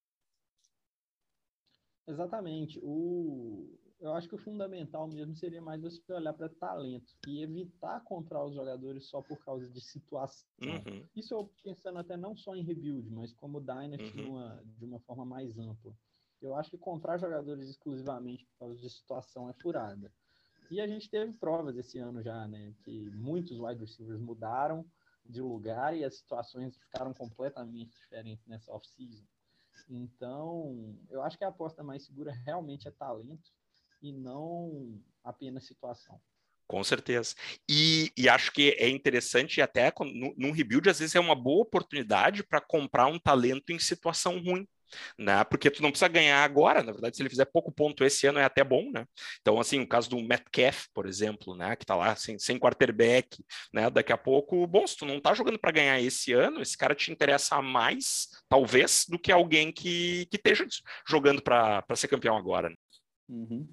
Exatamente. O... Eu acho que o fundamental mesmo seria mais você olhar para talento e evitar comprar os jogadores só por causa de situação. Uhum. Isso eu pensando até não só em rebuild, mas como Dynasty uhum. de, uma, de uma forma mais ampla. Eu acho que comprar jogadores exclusivamente por causa de situação é furada. E a gente teve provas esse ano já, né? Que muitos wide receivers mudaram de lugar e as situações ficaram completamente diferentes nessa off-season. Então, eu acho que a aposta mais segura realmente é talento e não apenas situação. Com certeza. E, e acho que é interessante, até no, num rebuild, às vezes é uma boa oportunidade para comprar um talento em situação ruim. Né? Porque tu não precisa ganhar agora, na verdade, se ele fizer pouco ponto esse ano é até bom, né? Então, assim, o caso do Metcalf, por exemplo, né? Que tá lá sem, sem quarterback, né? Daqui a pouco, bom, se tu não tá jogando para ganhar esse ano, esse cara te interessa mais, talvez, do que alguém que, que esteja jogando para ser campeão agora. Né? Uhum.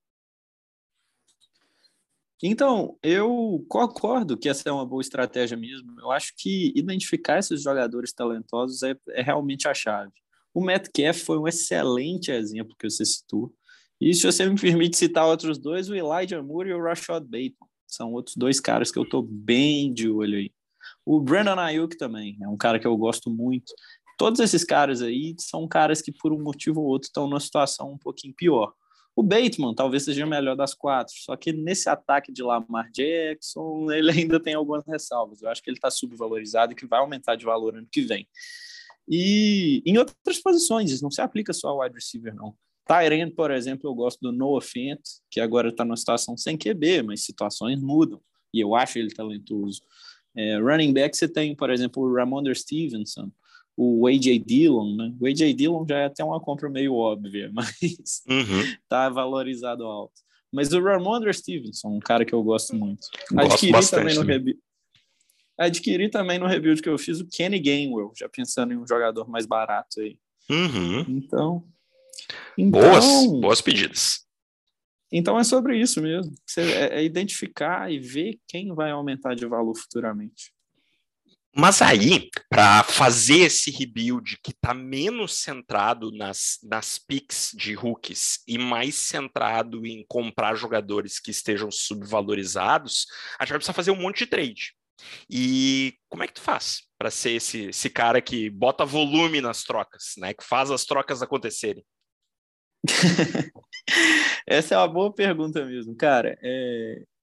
Então, eu concordo que essa é uma boa estratégia mesmo. Eu acho que identificar esses jogadores talentosos é, é realmente a chave. O Metcalf foi um excelente exemplo que você citou. E se você me permite citar outros dois, o Elijah Moore e o Rashad Bateman. São outros dois caras que eu estou bem de olho aí. O Brandon Ayuk também é um cara que eu gosto muito. Todos esses caras aí são caras que, por um motivo ou outro, estão numa situação um pouquinho pior. O Bateman talvez seja o melhor das quatro, só que nesse ataque de Lamar Jackson, ele ainda tem algumas ressalvas. Eu acho que ele está subvalorizado e que vai aumentar de valor ano que vem. E em outras posições, isso não se aplica só ao wide receiver, não. Tight end, por exemplo, eu gosto do Noah Fant, que agora está numa situação sem Q B, mas situações mudam, e eu acho ele talentoso. É, running back, você tem, por exemplo, o Ramondre Stevenson, o A J Dillon, né? O A J Dillon já é até uma compra meio óbvia, mas está uhum. valorizado alto. Mas o Ramondre Stevenson, um cara que eu gosto muito. Gosto Adquiri bastante também no também. rebuild. Adquiri também no rebuild que eu fiz o Kenny Gainwell, já pensando em um jogador mais barato aí. Uhum. Então, então... Boas, boas pedidas. Então é sobre isso mesmo. É identificar e ver quem vai aumentar de valor futuramente. Mas aí, para fazer esse rebuild que está menos centrado nas, nas picks de rookies e mais centrado em comprar jogadores que estejam subvalorizados, a gente vai precisar fazer um monte de trade. E como é que tu faz para ser esse, esse cara que bota volume nas trocas, né? Que faz as trocas acontecerem? Essa é uma boa pergunta mesmo, cara. É...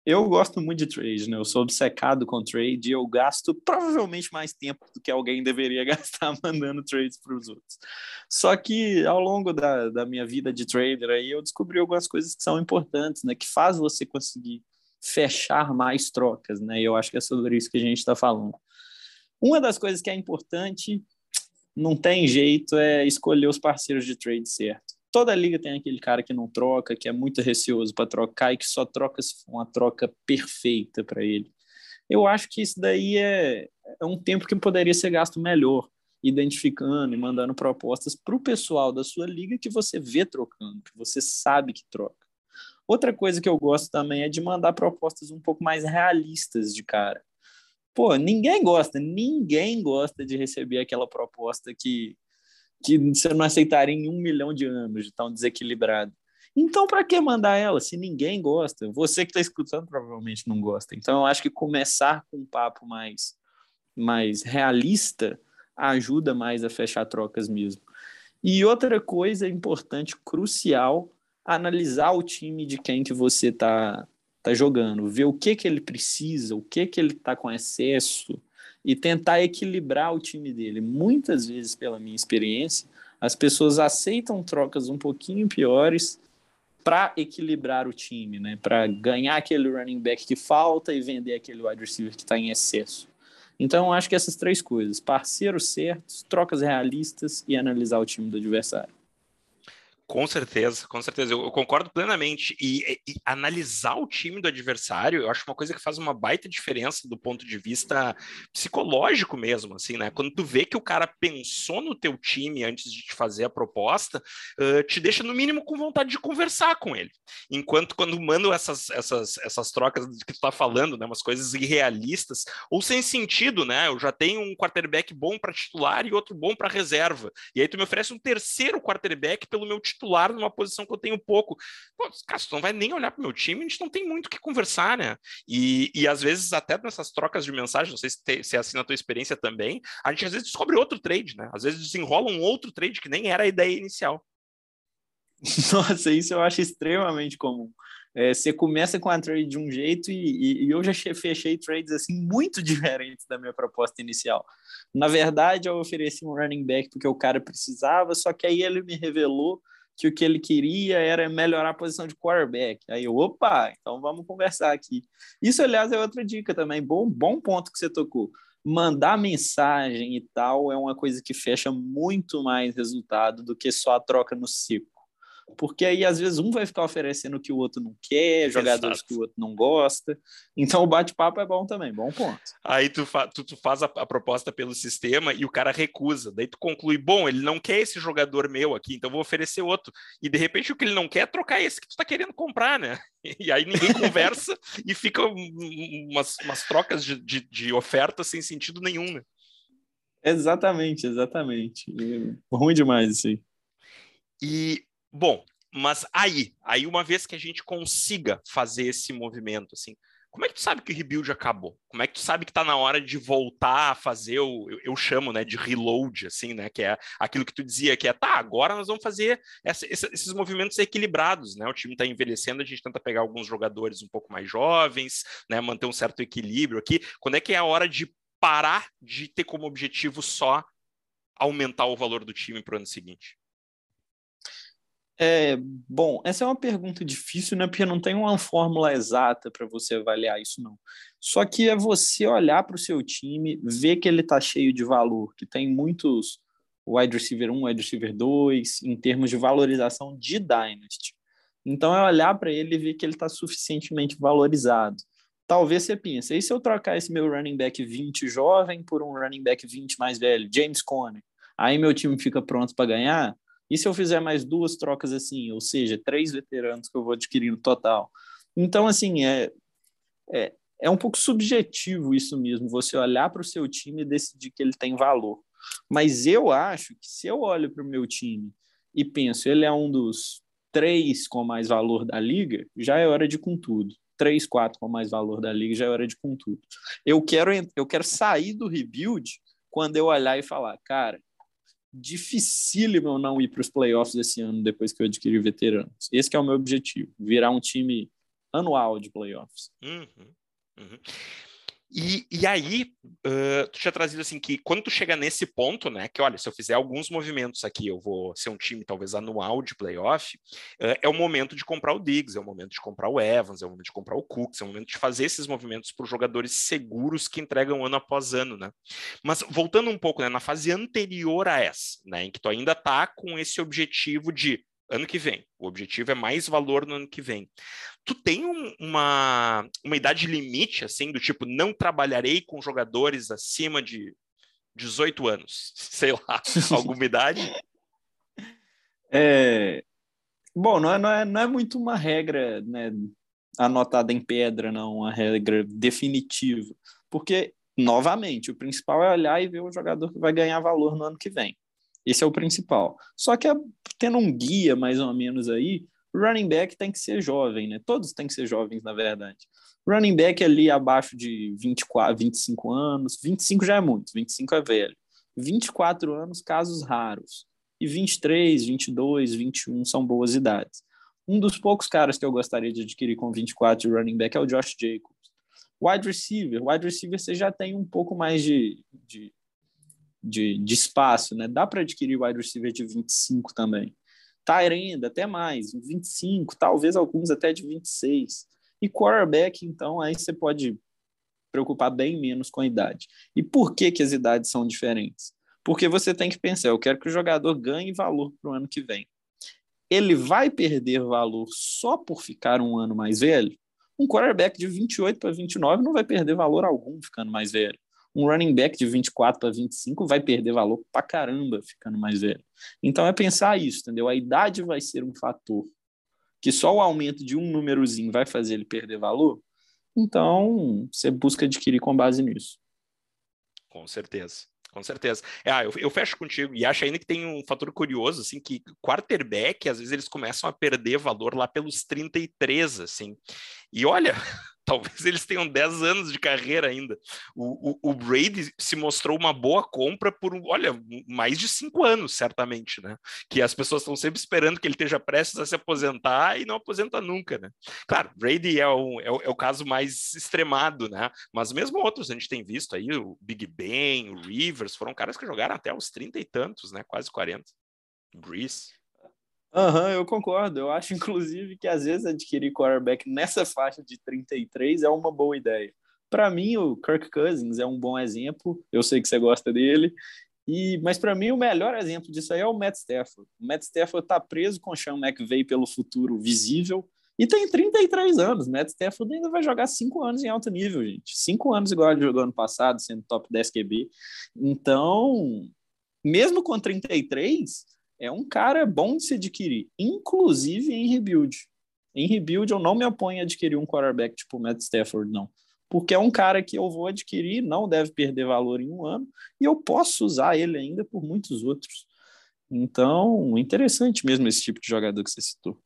Eu gosto muito de trade, né? Eu sou obcecado com trade e eu gasto provavelmente mais tempo do que alguém deveria gastar mandando trades para os outros. Só que ao longo da, da minha vida de trader aí, eu descobri algumas coisas que são importantes, né? Que faz você conseguir fechar mais trocas, né? E eu acho que é sobre isso que a gente está falando. Uma das coisas que é importante, não tem jeito, é escolher os parceiros de trade certo. Toda liga tem aquele cara que não troca, que é muito receoso para trocar e que só troca se for uma troca perfeita para ele. Eu acho que isso daí é, é um tempo que poderia ser gasto melhor, identificando e mandando propostas para o pessoal da sua liga que você vê trocando, que você sabe que troca. Outra coisa que eu gosto também é de mandar propostas um pouco mais realistas de cara. Pô, ninguém gosta, ninguém gosta de receber aquela proposta que que você não aceitaria em um milhão de anos de tão desequilibrado. Então, para que mandar ela se ninguém gosta? Você que está escutando provavelmente não gosta. Então, eu acho que começar com um papo mais, mais realista ajuda mais a fechar trocas mesmo. E outra coisa importante, crucial, analisar o time de quem que você está tá jogando, ver o que, que ele precisa, o que, que ele está com excesso, e tentar equilibrar o time dele. Muitas vezes, pela minha experiência, as pessoas aceitam trocas um pouquinho piores para equilibrar o time, né? Para ganhar aquele running back que falta e vender aquele wide receiver que está em excesso. Então, eu acho que essas três coisas, parceiros certos, trocas realistas e analisar o time do adversário. Com certeza, com certeza, eu, eu concordo plenamente. E, e, e analisar o time do adversário, eu acho uma coisa que faz uma baita diferença do ponto de vista psicológico mesmo, assim, né? Quando tu vê que o cara pensou no teu time antes de te fazer a proposta, uh, te deixa no mínimo com vontade de conversar com ele. Enquanto quando mandam essas, essas, essas trocas que tu tá falando, né? Umas coisas irrealistas ou sem sentido, né? Eu já tenho um quarterback bom para titular e outro bom para reserva. E aí tu me oferece um terceiro quarterback pelo meu titular titular numa posição que eu tenho pouco. Pô, cara, tu não vai nem olhar para o meu time, a gente não tem muito o que conversar, né? E, e às vezes, até nessas trocas de mensagem, não sei se, te, se é assim na tua experiência também, a gente às vezes descobre outro trade, né? Às vezes desenrola um outro trade que nem era a ideia inicial. Nossa, isso eu acho extremamente comum. É, você começa com a trade de um jeito e, e, e eu já fechei trades assim muito diferentes da minha proposta inicial. Na verdade, eu ofereci um running back porque o cara precisava, só que aí ele me revelou que o que ele queria era melhorar a posição de quarterback. Aí eu, opa, então vamos conversar aqui. Isso, aliás, é outra dica também. Bom, bom ponto que você tocou. Mandar mensagem e tal é uma coisa que fecha muito mais resultado do que só a troca no seco. Porque aí, às vezes, um vai ficar oferecendo o que o outro não quer, jogadores Exato. Que o outro não gosta. Então, o bate-papo é bom também, bom ponto. Aí tu, fa tu, tu faz a, a proposta pelo sistema e o cara recusa. Daí tu conclui, bom, ele não quer esse jogador meu aqui, então vou oferecer outro. E, de repente, o que ele não quer é trocar esse que tu tá querendo comprar, né? E aí ninguém conversa e fica umas, umas trocas de, de, de ofertas sem sentido nenhum, né? Exatamente, exatamente. É ruim demais isso aí. E... Bom, mas aí, aí uma vez que a gente consiga fazer esse movimento, assim, como é que tu sabe que o rebuild acabou? Como é que tu sabe que tá na hora de voltar a fazer o, eu, eu chamo, né, de reload, assim, né, que é aquilo que tu dizia, que é, tá, agora nós vamos fazer essa, esses movimentos equilibrados, né, o time tá envelhecendo, a gente tenta pegar alguns jogadores um pouco mais jovens, né, manter um certo equilíbrio aqui. Quando é que é a hora de parar de ter como objetivo só aumentar o valor do time pro ano seguinte? É, bom, essa é uma pergunta difícil, né? Porque não tem uma fórmula exata para você avaliar isso, não. Só que é você olhar para o seu time, ver que ele está cheio de valor, que tem muitos wide receiver um, wide receiver dois, em termos de valorização de Dynasty. Então é olhar para ele e ver que ele está suficientemente valorizado. Talvez você pense, e se eu trocar esse meu running back vinte jovem por um running back vinte mais velho, James Conner, aí meu time fica pronto para ganhar? E se eu fizer mais duas trocas assim, ou seja, três veteranos que eu vou adquirir no total? Então, assim, é, é, é um pouco subjetivo isso mesmo, você olhar para o seu time e decidir que ele tem valor. Mas eu acho que se eu olho para o meu time e penso, ele é um dos três com mais valor da liga, já é hora de ir com tudo. Três, quatro com mais valor da liga, já é hora de ir com tudo. Eu quero, eu quero sair do rebuild quando eu olhar e falar, cara, dificílimo eu não ir para os playoffs esse ano depois que eu adquirir veteranos. Esse que é o meu objetivo, virar um time anual de playoffs. Uhum, uhum. E, e aí, uh, tu tinha trazido assim que quando tu chega nesse ponto, né, que olha, se eu fizer alguns movimentos aqui, eu vou ser um time talvez anual de playoff, uh, é o momento de comprar o Diggs, é o momento de comprar o Evans, é o momento de comprar o Cooks, é o momento de fazer esses movimentos para os jogadores seguros que entregam ano após ano, né? Mas voltando um pouco, né, na fase anterior a essa, né, em que tu ainda tá com esse objetivo de ano que vem, o objetivo é mais valor no ano que vem. Tu tem um, uma, uma idade limite, assim, do tipo, não trabalharei com jogadores acima de dezoito anos, sei lá, alguma idade? É, bom, não é, não, é, não é muito uma regra, né, anotada em pedra, não, uma regra definitiva, porque, novamente, o principal é olhar e ver o jogador que vai ganhar valor no ano que vem. Esse é o principal. Só que tendo um guia, mais ou menos, aí, o running back tem que ser jovem, né? Todos têm que ser jovens, na verdade. Running back ali abaixo de vinte e quatro, vinte e cinco anos, vinte e cinco já é muito, vinte e cinco é velho. vinte e quatro anos, casos raros. E vinte e três, vinte e dois, vinte e um são boas idades. Um dos poucos caras que eu gostaria de adquirir com vinte e quatro de running back é o Josh Jacobs. Wide receiver, wide receiver você já tem um pouco mais de, de De, de espaço, né? Dá para adquirir wide receiver de vinte e cinco também. Tight end, até mais, vinte e cinco, talvez alguns até de vinte e seis. E quarterback, então, aí você pode preocupar bem menos com a idade. E por que que as idades são diferentes? Porque você tem que pensar, eu quero que o jogador ganhe valor para o ano que vem. Ele vai perder valor só por ficar um ano mais velho? Um quarterback de vinte e oito para vinte e nove não vai perder valor algum ficando mais velho. Um running back de vinte e quatro para vinte e cinco vai perder valor pra caramba ficando mais velho. Então é pensar isso, entendeu? A idade vai ser um fator que só o aumento de um númerozinho vai fazer ele perder valor. Então você busca adquirir com base nisso. Com certeza. Com certeza. É, ah, eu, eu fecho contigo e acho ainda que tem um fator curioso, assim, que quarterback, às vezes eles começam a perder valor lá pelos trinta e três, assim. E olha, talvez eles tenham dez anos de carreira ainda. O, o, o Brady se mostrou uma boa compra por, olha, mais de cinco anos, certamente, né? Que as pessoas estão sempre esperando que ele esteja prestes a se aposentar e não aposenta nunca, né? Claro, Brady é o, é o, é o caso mais extremado, né? Mas mesmo outros a gente tem visto aí, o Big Ben, o Rivers, foram caras que jogaram até os trinta e tantos, né? Quase quarenta. Brees. Aham, uhum, eu concordo. Eu acho, inclusive, que às vezes adquirir quarterback nessa faixa de trinta e três é uma boa ideia. Para mim, o Kirk Cousins é um bom exemplo. Eu sei que você gosta dele. E, mas para mim, o melhor exemplo disso aí é o Matt Stafford. O Matt Stafford está preso com o Sean McVay pelo futuro visível e tem trinta e três anos. Matt Stafford ainda vai jogar cinco anos em alto nível, gente. cinco anos igual ele jogou ano passado, sendo top dez Q B. Então, mesmo com trinta e três, é um cara bom de se adquirir, inclusive em rebuild. Em rebuild, eu não me oponho a adquirir um quarterback tipo o Matt Stafford, não. Porque é um cara que eu vou adquirir, não deve perder valor em um ano, e eu posso usar ele ainda por muitos outros. Então, interessante mesmo esse tipo de jogador que você citou.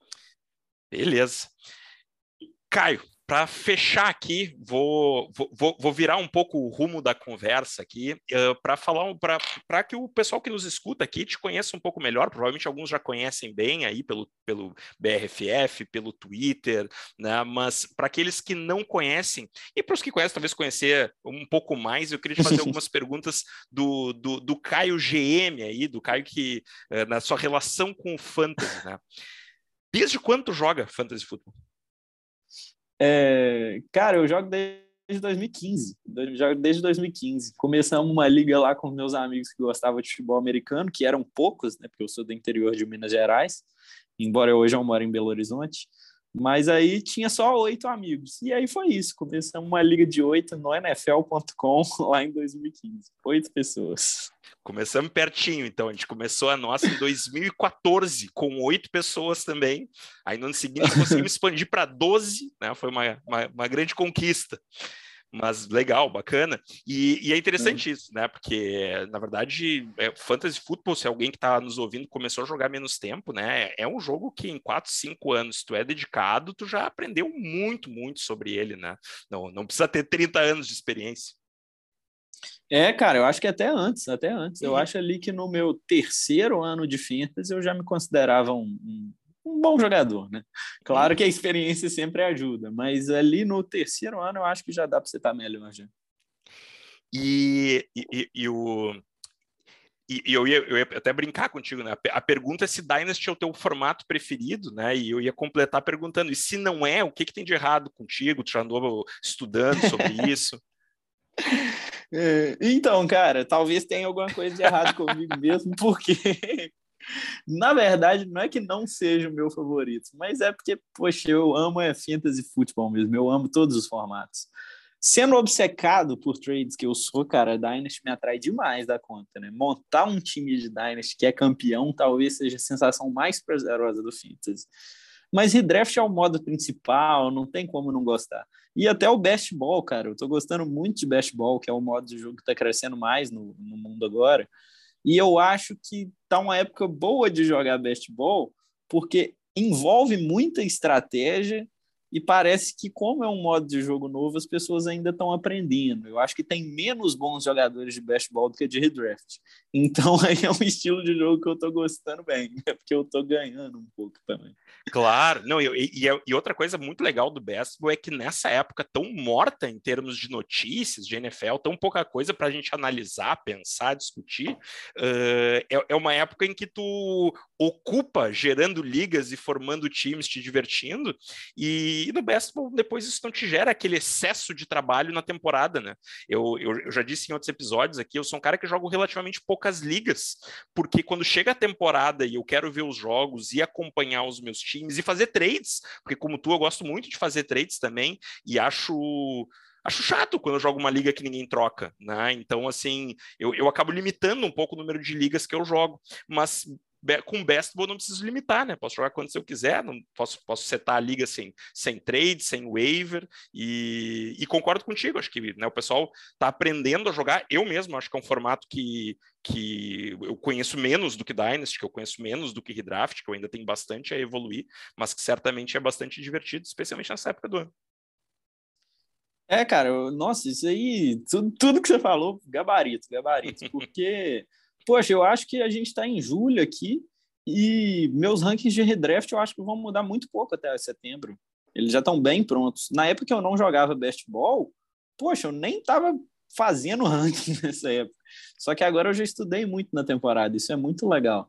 Beleza. Caio, para fechar aqui, vou, vou, vou virar um pouco o rumo da conversa aqui, uh, para falar, para que o pessoal que nos escuta aqui te conheça um pouco melhor. Provavelmente alguns já conhecem bem aí pelo, pelo B R F F, pelo Twitter, né? Mas para aqueles que não conhecem, e para os que conhecem, talvez conhecer um pouco mais, eu queria te fazer algumas perguntas do, do, do Caio G M aí, do Caio que, uh, na sua relação com o Fantasy, né? Desde quando tu joga Fantasy Football? É, cara, eu jogo desde dois mil e quinze. Jogo desde dois mil e quinze. Começamos uma liga lá com meus amigos que gostavam de futebol americano, que eram poucos, né? Porque eu sou do interior de Minas Gerais, embora hoje eu moro em Belo Horizonte. Mas aí tinha só oito amigos. E aí foi isso. Começamos uma liga de oito no N F L ponto com lá em dois mil e quinze. Oito pessoas. Começamos pertinho, então. A gente começou a nossa em dois mil e quatorze, com oito pessoas também. Aí no ano seguinte conseguimos expandir para doze, né? Foi uma, uma, uma grande conquista. Mas legal, bacana. E, e é interessante isso, né? Porque, na verdade, é, Fantasy Football, se alguém que está nos ouvindo começou a jogar menos tempo, né? É um jogo que em quatro, cinco anos, se tu é dedicado, tu já aprendeu muito, muito sobre ele, né? Não, não precisa ter trinta anos de experiência. É, cara, eu acho que até antes, até antes. Uhum. Eu acho ali que no meu terceiro ano de Fantasy eu já me considerava um, um, um bom jogador, né? Claro que a experiência sempre ajuda, mas ali no terceiro ano eu acho que já dá para você estar melhor já. E, e, e o... E, e eu, ia, eu ia até brincar contigo, né? A pergunta é se Dynasty é o teu formato preferido, né? E eu ia completar perguntando, e se não é, o que, que tem de errado contigo? Tu já andou estudando sobre isso? É, então, cara, talvez tenha alguma coisa de errado comigo mesmo, porque, na verdade, não é que não seja o meu favorito, mas é porque, poxa, eu amo é fantasy futebol mesmo, eu amo todos os formatos. Sendo obcecado por trades que eu sou, cara, Dynasty me atrai demais da conta, né? Montar um time de Dynasty que é campeão talvez seja a sensação mais prazerosa do fantasy. Mas redraft é o modo principal, não tem como não gostar. E até o Best Ball, cara, eu tô gostando muito de Best Ball, que é o modo de jogo que tá crescendo mais no, no mundo agora. E eu acho que tá uma época boa de jogar Best Ball, porque envolve muita estratégia e parece que, como é um modo de jogo novo, as pessoas ainda estão aprendendo. Eu acho que tem menos bons jogadores de Best Ball do que de redraft. Então, aí é um estilo de jogo que eu tô gostando bem, é porque eu tô ganhando um pouco também. Claro, não, e, e, e outra coisa muito legal do baseball é que nessa época tão morta em termos de notícias de N F L, tão pouca coisa para a gente analisar, pensar, discutir, uh, é, é uma época em que tu ocupa gerando ligas e formando times, te divertindo, e, e no baseball depois isso não te gera aquele excesso de trabalho na temporada, né? Eu, eu, eu já disse em outros episódios aqui, eu sou um cara que joga relativamente poucas ligas, porque quando chega a temporada e eu quero ver os jogos e acompanhar os meus times e fazer trades, porque como tu, eu gosto muito de fazer trades também, e acho... Acho chato quando eu jogo uma liga que ninguém troca, né? Então, assim, eu, eu acabo limitando um pouco o número de ligas que eu jogo, mas com Bestball não preciso limitar, né? Posso jogar quando eu quiser, não posso, posso setar a liga sem, sem trade, sem waiver, e, e concordo contigo, acho que, né, o pessoal está aprendendo a jogar, eu mesmo acho que é um formato que, que eu conheço menos do que Dynasty, que eu conheço menos do que Redraft, que eu ainda tenho bastante a evoluir, mas que certamente é bastante divertido, especialmente nessa época do ano. É, cara, eu, nossa, isso aí, tudo, tudo que você falou, gabarito, gabarito, porque, poxa, eu acho que a gente está em julho aqui e meus rankings de redraft eu acho que vão mudar muito pouco até setembro. Eles já estão bem prontos. Na época que eu não jogava Best Ball, poxa, eu nem estava fazendo ranking nessa época. Só que agora eu já estudei muito na temporada, isso é muito legal.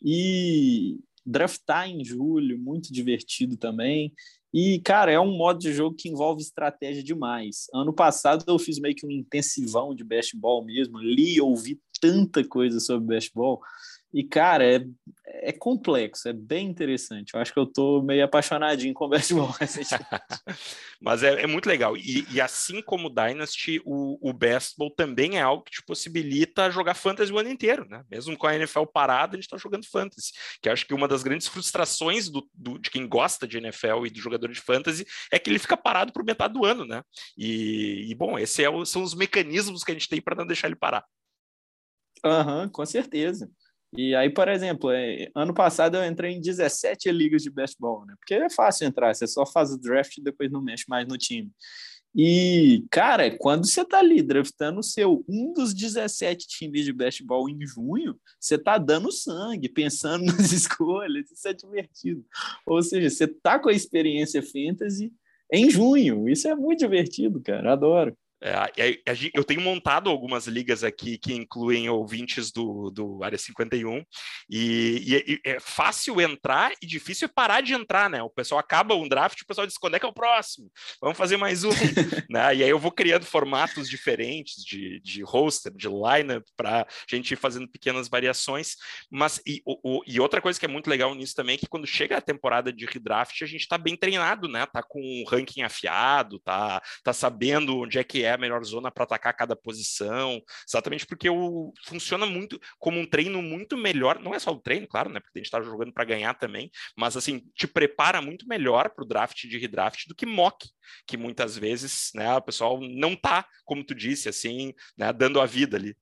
E draftar em julho, muito divertido também. E, cara, é um modo de jogo que envolve estratégia demais. Ano passado eu fiz meio que um intensivão de Best Ball mesmo, li e ouvi tanta coisa sobre Best Ball. E, cara, é, é complexo, é bem interessante. Eu acho que eu tô meio apaixonadinho com Best Ball recentemente. Mas é, é muito legal. E, e assim como o Dynasty, o, o Best Ball também é algo que te possibilita jogar Fantasy o ano inteiro, né? Mesmo com a N F L parada, a gente tá jogando Fantasy. Que acho que uma das grandes frustrações do, do, de quem gosta de N F L e do jogador de Fantasy é que ele fica parado por metade do ano, né? E, e bom, esses é são os mecanismos que a gente tem para não deixar ele parar. Aham, uhum, com certeza. E aí, por exemplo, é, ano passado eu entrei em dezessete ligas de Best Ball, né? Porque é fácil entrar, você só faz o draft e depois não mexe mais no time. E, cara, quando você tá ali draftando o seu um dos dezessete times de Best Ball em junho, você tá dando sangue, pensando nas escolhas, isso é divertido. Ou seja, você tá com a experiência fantasy em junho, isso é muito divertido, cara, adoro. É, eu tenho montado algumas ligas aqui que incluem ouvintes do, do Área cinquenta e um e, e é fácil entrar e difícil é parar de entrar, né? O pessoal acaba um draft, o pessoal diz, quando é que é o próximo? Vamos fazer mais um, né? E aí eu vou criando formatos diferentes de, de roster, de lineup, para a gente ir fazendo pequenas variações, mas e, o, e outra coisa que é muito legal nisso também é que quando chega a temporada de redraft, a gente está bem treinado, né? Tá com um ranking afiado, tá, tá sabendo onde é que é a melhor zona para atacar cada posição, exatamente porque o, funciona muito como um treino muito melhor, não é só o treino, claro, né, porque a gente está jogando para ganhar também, mas assim, te prepara muito melhor para o draft de redraft do que mock, que muitas vezes, né, o pessoal não tá, como tu disse, assim, né, dando a vida ali.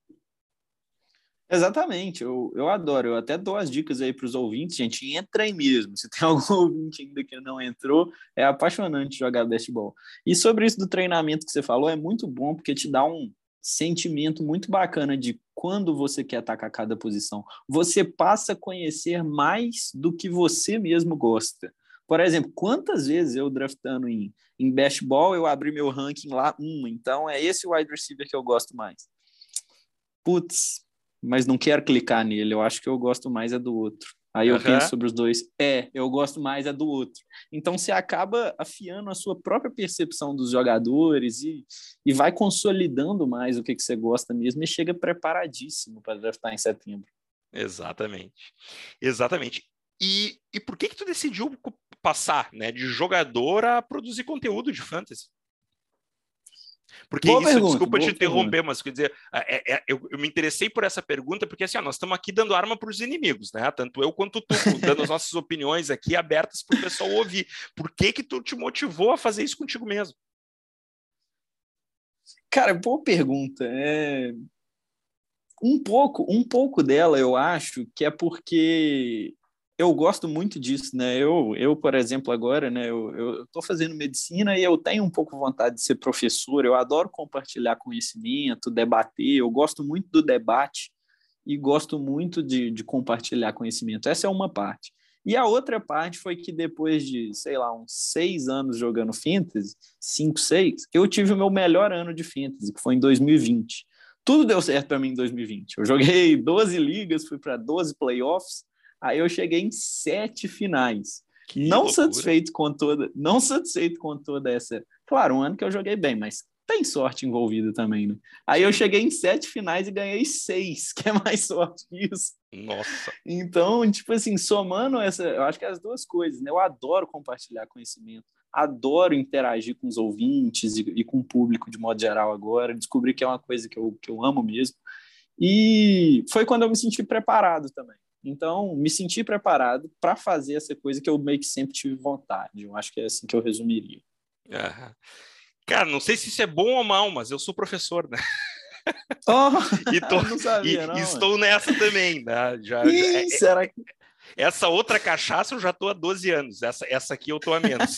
Exatamente, eu, eu adoro, eu até dou as dicas aí para os ouvintes, gente, entra aí mesmo, se tem algum ouvinte ainda que não entrou, é apaixonante jogar Best Ball. E sobre isso do treinamento que você falou, é muito bom, porque te dá um, sentimento muito bacana de quando você quer atacar cada posição. Você passa a conhecer mais do que você mesmo gosta. Por exemplo, quantas vezes eu draftando em, em best ball, eu abri meu ranking lá, um, então é esse wide receiver que eu gosto mais. Putz, mas não quero clicar nele, eu acho que eu gosto mais é do outro. Aí eu Uhum. penso sobre os dois, é, eu gosto mais é do outro. Então você acaba afiando a sua própria percepção dos jogadores e, e vai consolidando mais o que, que você gosta mesmo e chega preparadíssimo para draftar em setembro. Exatamente. Exatamente. E, e por que que tu decidiu passar, né, de jogador a produzir conteúdo de fantasy? Porque Boa isso, pergunta, desculpa te boa interromper, pergunta. mas quer dizer, é, é, eu, eu me interessei por essa pergunta porque assim, ó, nós estamos aqui dando arma para os inimigos, né? Tanto eu quanto tu, dando as nossas opiniões aqui abertas para o pessoal ouvir. Por que que tu te motivou a fazer isso contigo mesmo? Cara, boa pergunta. É... Um pouco, um pouco dela eu acho que é porque eu gosto muito disso, né? Eu, eu por exemplo, agora, né? Eu estou fazendo medicina e eu tenho um pouco vontade de ser professor. Eu adoro compartilhar conhecimento, debater. Eu gosto muito do debate e gosto muito de, de compartilhar conhecimento. Essa é uma parte. E a outra parte foi que depois de, sei lá, uns seis anos jogando fantasy, cinco, seis, eu tive o meu melhor ano de fantasy, que foi em dois mil e vinte. Tudo deu certo para mim em dois mil e vinte. Eu joguei doze ligas, fui para doze playoffs, aí eu cheguei em sete finais. Que não loucura. satisfeito com toda, não satisfeito com toda essa. Claro, um ano que eu joguei bem, mas tem sorte envolvida também, né? Aí Sim. eu cheguei em sete finais e ganhei seis, que é mais sorte que isso. Nossa. Então, tipo assim, somando essa, eu acho que é as duas coisas, né? Eu adoro compartilhar conhecimento, adoro interagir com os ouvintes e, e com o público de modo geral agora, descobri que é uma coisa que eu, que eu amo mesmo. E foi quando eu me senti preparado também. Então, me senti preparado para fazer essa coisa que eu meio que sempre tive vontade. Eu acho que é assim que eu resumiria. Uhum. Cara, não sei se isso é bom ou mal, mas eu sou professor, né? Oh, e, tô, não sabia, e não, estou nessa também, né? Já, Ih, já, é, será que... Essa outra cachaça eu já estou há doze anos, essa, essa aqui eu estou há menos.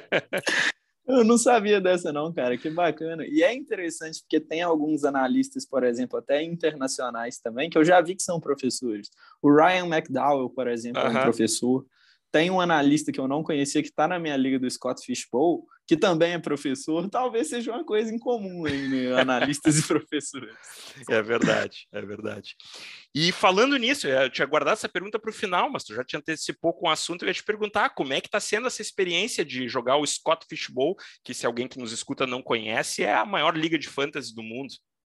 Eu não sabia dessa não, cara, que bacana. E é interessante porque tem alguns analistas, por exemplo, até internacionais também, que eu já vi que são professores. O Ryan McDowell, por exemplo, é um Uhum. professor. Tem um analista que eu não conhecia que está na minha liga do Scott Fishbowl, que também é professor. Talvez seja uma coisa em comum aí, né? Analistas e professores. É verdade, é verdade. E falando nisso, eu tinha guardado essa pergunta para o final, mas tu já te antecipou com o assunto. Eu ia te perguntar como é que está sendo essa experiência de jogar o Scott Fishbowl, que se alguém que nos escuta não conhece, é a maior liga de fantasy do mundo.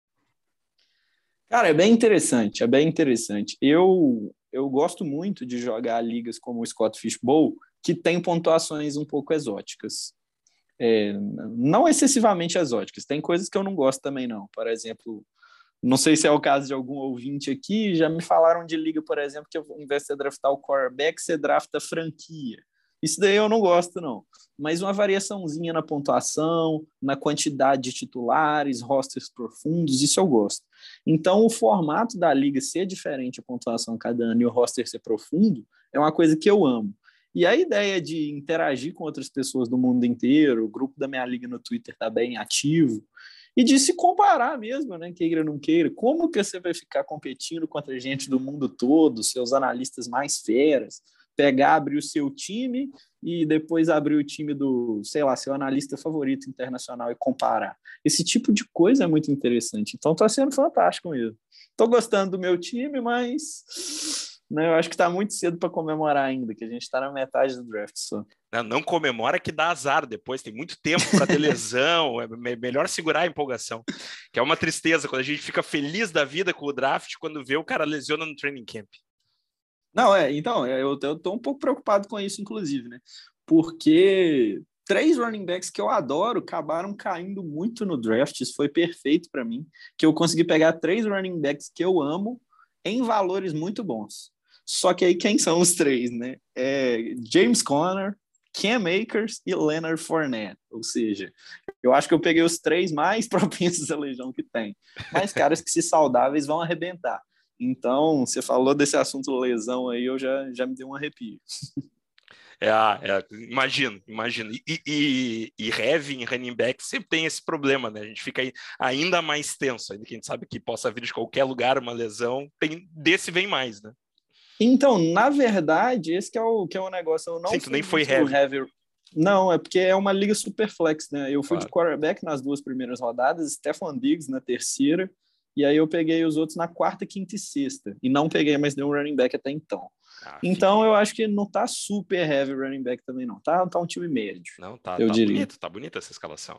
Cara, é bem interessante, é bem interessante. Eu, eu gosto muito de jogar ligas como o Scott Fishbowl, que tem pontuações um pouco exóticas. É, não excessivamente exóticas. Tem coisas que eu não gosto também, não. Por exemplo, não sei se é o caso de algum ouvinte aqui, já me falaram de liga, por exemplo, que ao invés de você draftar o quarterback, você drafta franquia. Isso daí eu não gosto, não. Mas uma variaçãozinha na pontuação, na quantidade de titulares, rosters profundos, isso eu gosto. Então, o formato da liga ser diferente, a pontuação cada ano e o roster ser profundo, é uma coisa que eu amo. E a ideia de interagir com outras pessoas do mundo inteiro, o grupo da minha liga no Twitter está bem ativo, e de se comparar mesmo, né, queira ou não queira, como que você vai ficar competindo contra gente do mundo todo, seus analistas mais feras, pegar, abrir o seu time e depois abrir o time do, sei lá, seu analista favorito internacional e comparar. Esse tipo de coisa é muito interessante. Então está sendo fantástico mesmo. Estou gostando do meu time, mas... Né, eu acho que está muito cedo para comemorar ainda, que a gente está na metade do draft só. Não, não comemora que dá azar depois, tem muito tempo para ter lesão, é melhor segurar a empolgação, que é uma tristeza quando a gente fica feliz da vida com o draft quando vê o cara lesiona no training camp. Não, é, então, eu estou um pouco preocupado com isso, inclusive, né? Porque três running backs que eu adoro acabaram caindo muito no draft, isso foi perfeito para mim, que eu consegui pegar três running backs que eu amo em valores muito bons. Só que aí quem são os três, né? É James Conner, Cam Akers e Leonard Fournette. Ou seja, eu acho que eu peguei os três mais propensos à lesão que tem. Mas caras que, se saudáveis, vão arrebentar. Então, você falou desse assunto lesão aí, eu já, já me dei um arrepio. É, é, imagino, imagino. E, e, e heavy em running back sempre tem esse problema, né? A gente fica aí ainda mais tenso, ainda que a gente sabe que possa vir de qualquer lugar uma lesão, tem, desse vem mais, né? Então, na verdade, esse que é o, que é o negócio. Eu não Sim, tu nem foi muito heavy. heavy. Não, é porque é uma liga super flex, né? Eu fui Claro. de quarterback nas duas primeiras rodadas, Stephon Diggs na terceira, e aí eu peguei os outros na quarta, quinta e sexta. E não peguei mais nenhum running back até então. Ah, Então, fiquei. eu acho que não tá super heavy running back também, não. Tá, tá um time médio. Não, tá, eu tá diria. bonito, tá bonita essa escalação.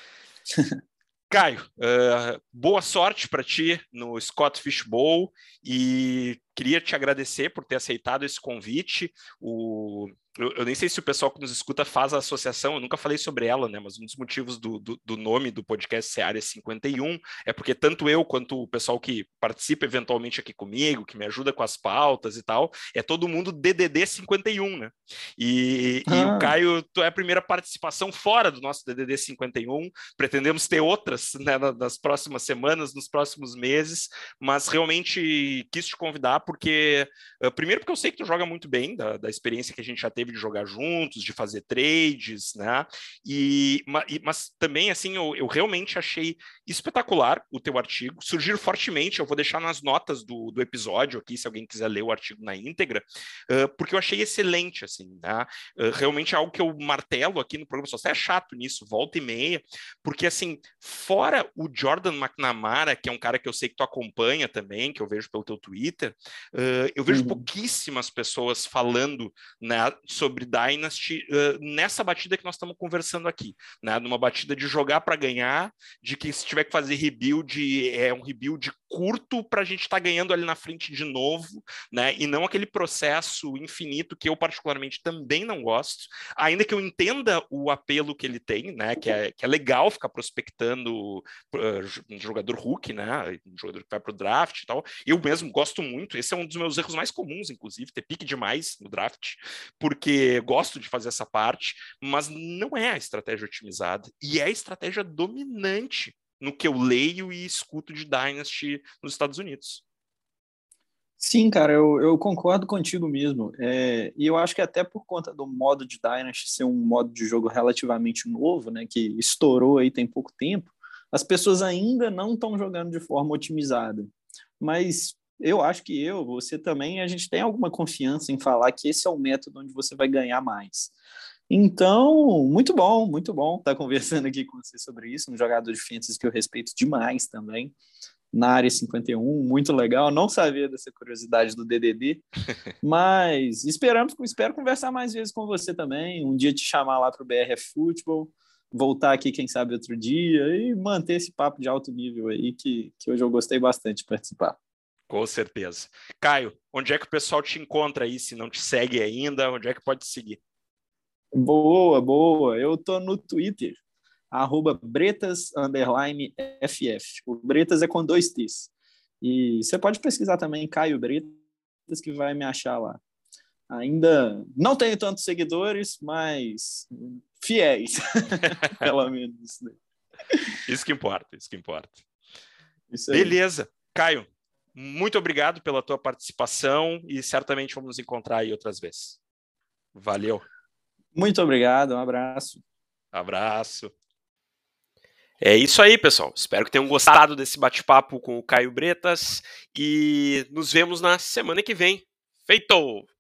Caio, uh, boa sorte para ti no Scott Fish Bowl e queria te agradecer por ter aceitado esse convite. O, eu, eu nem sei se o pessoal que nos escuta faz a associação, eu nunca falei sobre ela, né? Mas um dos motivos do, do, do nome do podcast ser Área cinquenta e um é porque tanto eu quanto o pessoal que participa eventualmente aqui comigo, que me ajuda com as pautas e tal, é todo mundo D D D cinquenta e um, né? E, ah. e o Caio, tu é a primeira participação fora do nosso D D D cinquenta e um, pretendemos ter outras, né, nas próximas semanas, nos próximos meses, mas realmente quis te convidar porque, uh, primeiro porque eu sei que tu joga muito bem, da, da experiência que a gente já teve de jogar juntos, de fazer trades, né, e, mas também, assim, eu, eu realmente achei espetacular o teu artigo, surgiu fortemente, eu vou deixar nas notas do, do episódio aqui, se alguém quiser ler o artigo na íntegra, uh, porque eu achei excelente, assim, né, uh, realmente é algo que eu martelo aqui no programa, só você é chato nisso, volta e meia, porque, assim, fora o Jordan McNamara, que é um cara que eu sei que tu acompanha também, que eu vejo pelo teu Twitter, uh, eu vejo uhum. pouquíssimas pessoas falando, né, sobre Dynasty uh, nessa batida que nós estamos conversando aqui, né, numa batida de jogar para ganhar, de que se tiver que fazer rebuild, é um rebuild curto para a gente estar tá ganhando ali na frente de novo, né, e não aquele processo infinito que eu particularmente também não gosto, ainda que eu entenda o apelo que ele tem, né, que é, que é legal ficar prospectando um jogador rookie, né, um jogador que vai para o draft e tal. Eu mesmo gosto muito, esse é um dos meus erros mais comuns, inclusive, ter pique demais no draft, porque gosto de fazer essa parte, mas não é a estratégia otimizada, e é a estratégia dominante no que eu leio e escuto de Dynasty nos Estados Unidos. Sim, cara, eu, eu concordo contigo mesmo. É, e eu acho que até por conta do modo de Dynasty ser um modo de jogo relativamente novo, né, que estourou aí tem pouco tempo, as pessoas ainda não estão jogando de forma otimizada. Mas eu acho que eu, você também, a gente tem alguma confiança em falar que esse é o método onde você vai ganhar mais. Então, muito bom, muito bom estar conversando aqui com você sobre isso, um jogador de fantasy que eu respeito demais também. Na área cinquenta e um, muito legal, não sabia dessa curiosidade do D D D, mas esperamos, espero conversar mais vezes com você também, um dia te chamar lá para o B R F Futebol, voltar aqui, quem sabe, outro dia, e manter esse papo de alto nível aí, que, que hoje eu gostei bastante de participar. Com certeza. Caio, onde é que o pessoal te encontra aí, se não te segue ainda, onde é que pode te seguir? Boa, boa, eu tô no Twitter, arroba Bretas, underline, F F. O Bretas é com dois T's. E você pode pesquisar também Caio Bretas, que vai me achar lá. Ainda não tenho tantos seguidores, mas fiéis, pelo menos. Isso que importa, isso que importa. Isso aí. Beleza. Caio, muito obrigado pela tua participação e certamente vamos nos encontrar aí outras vezes. Valeu. Muito obrigado, um abraço. Abraço. É isso aí, pessoal. Espero que tenham gostado desse bate-papo com o Caio Bretas e nos vemos na semana que vem. Feito!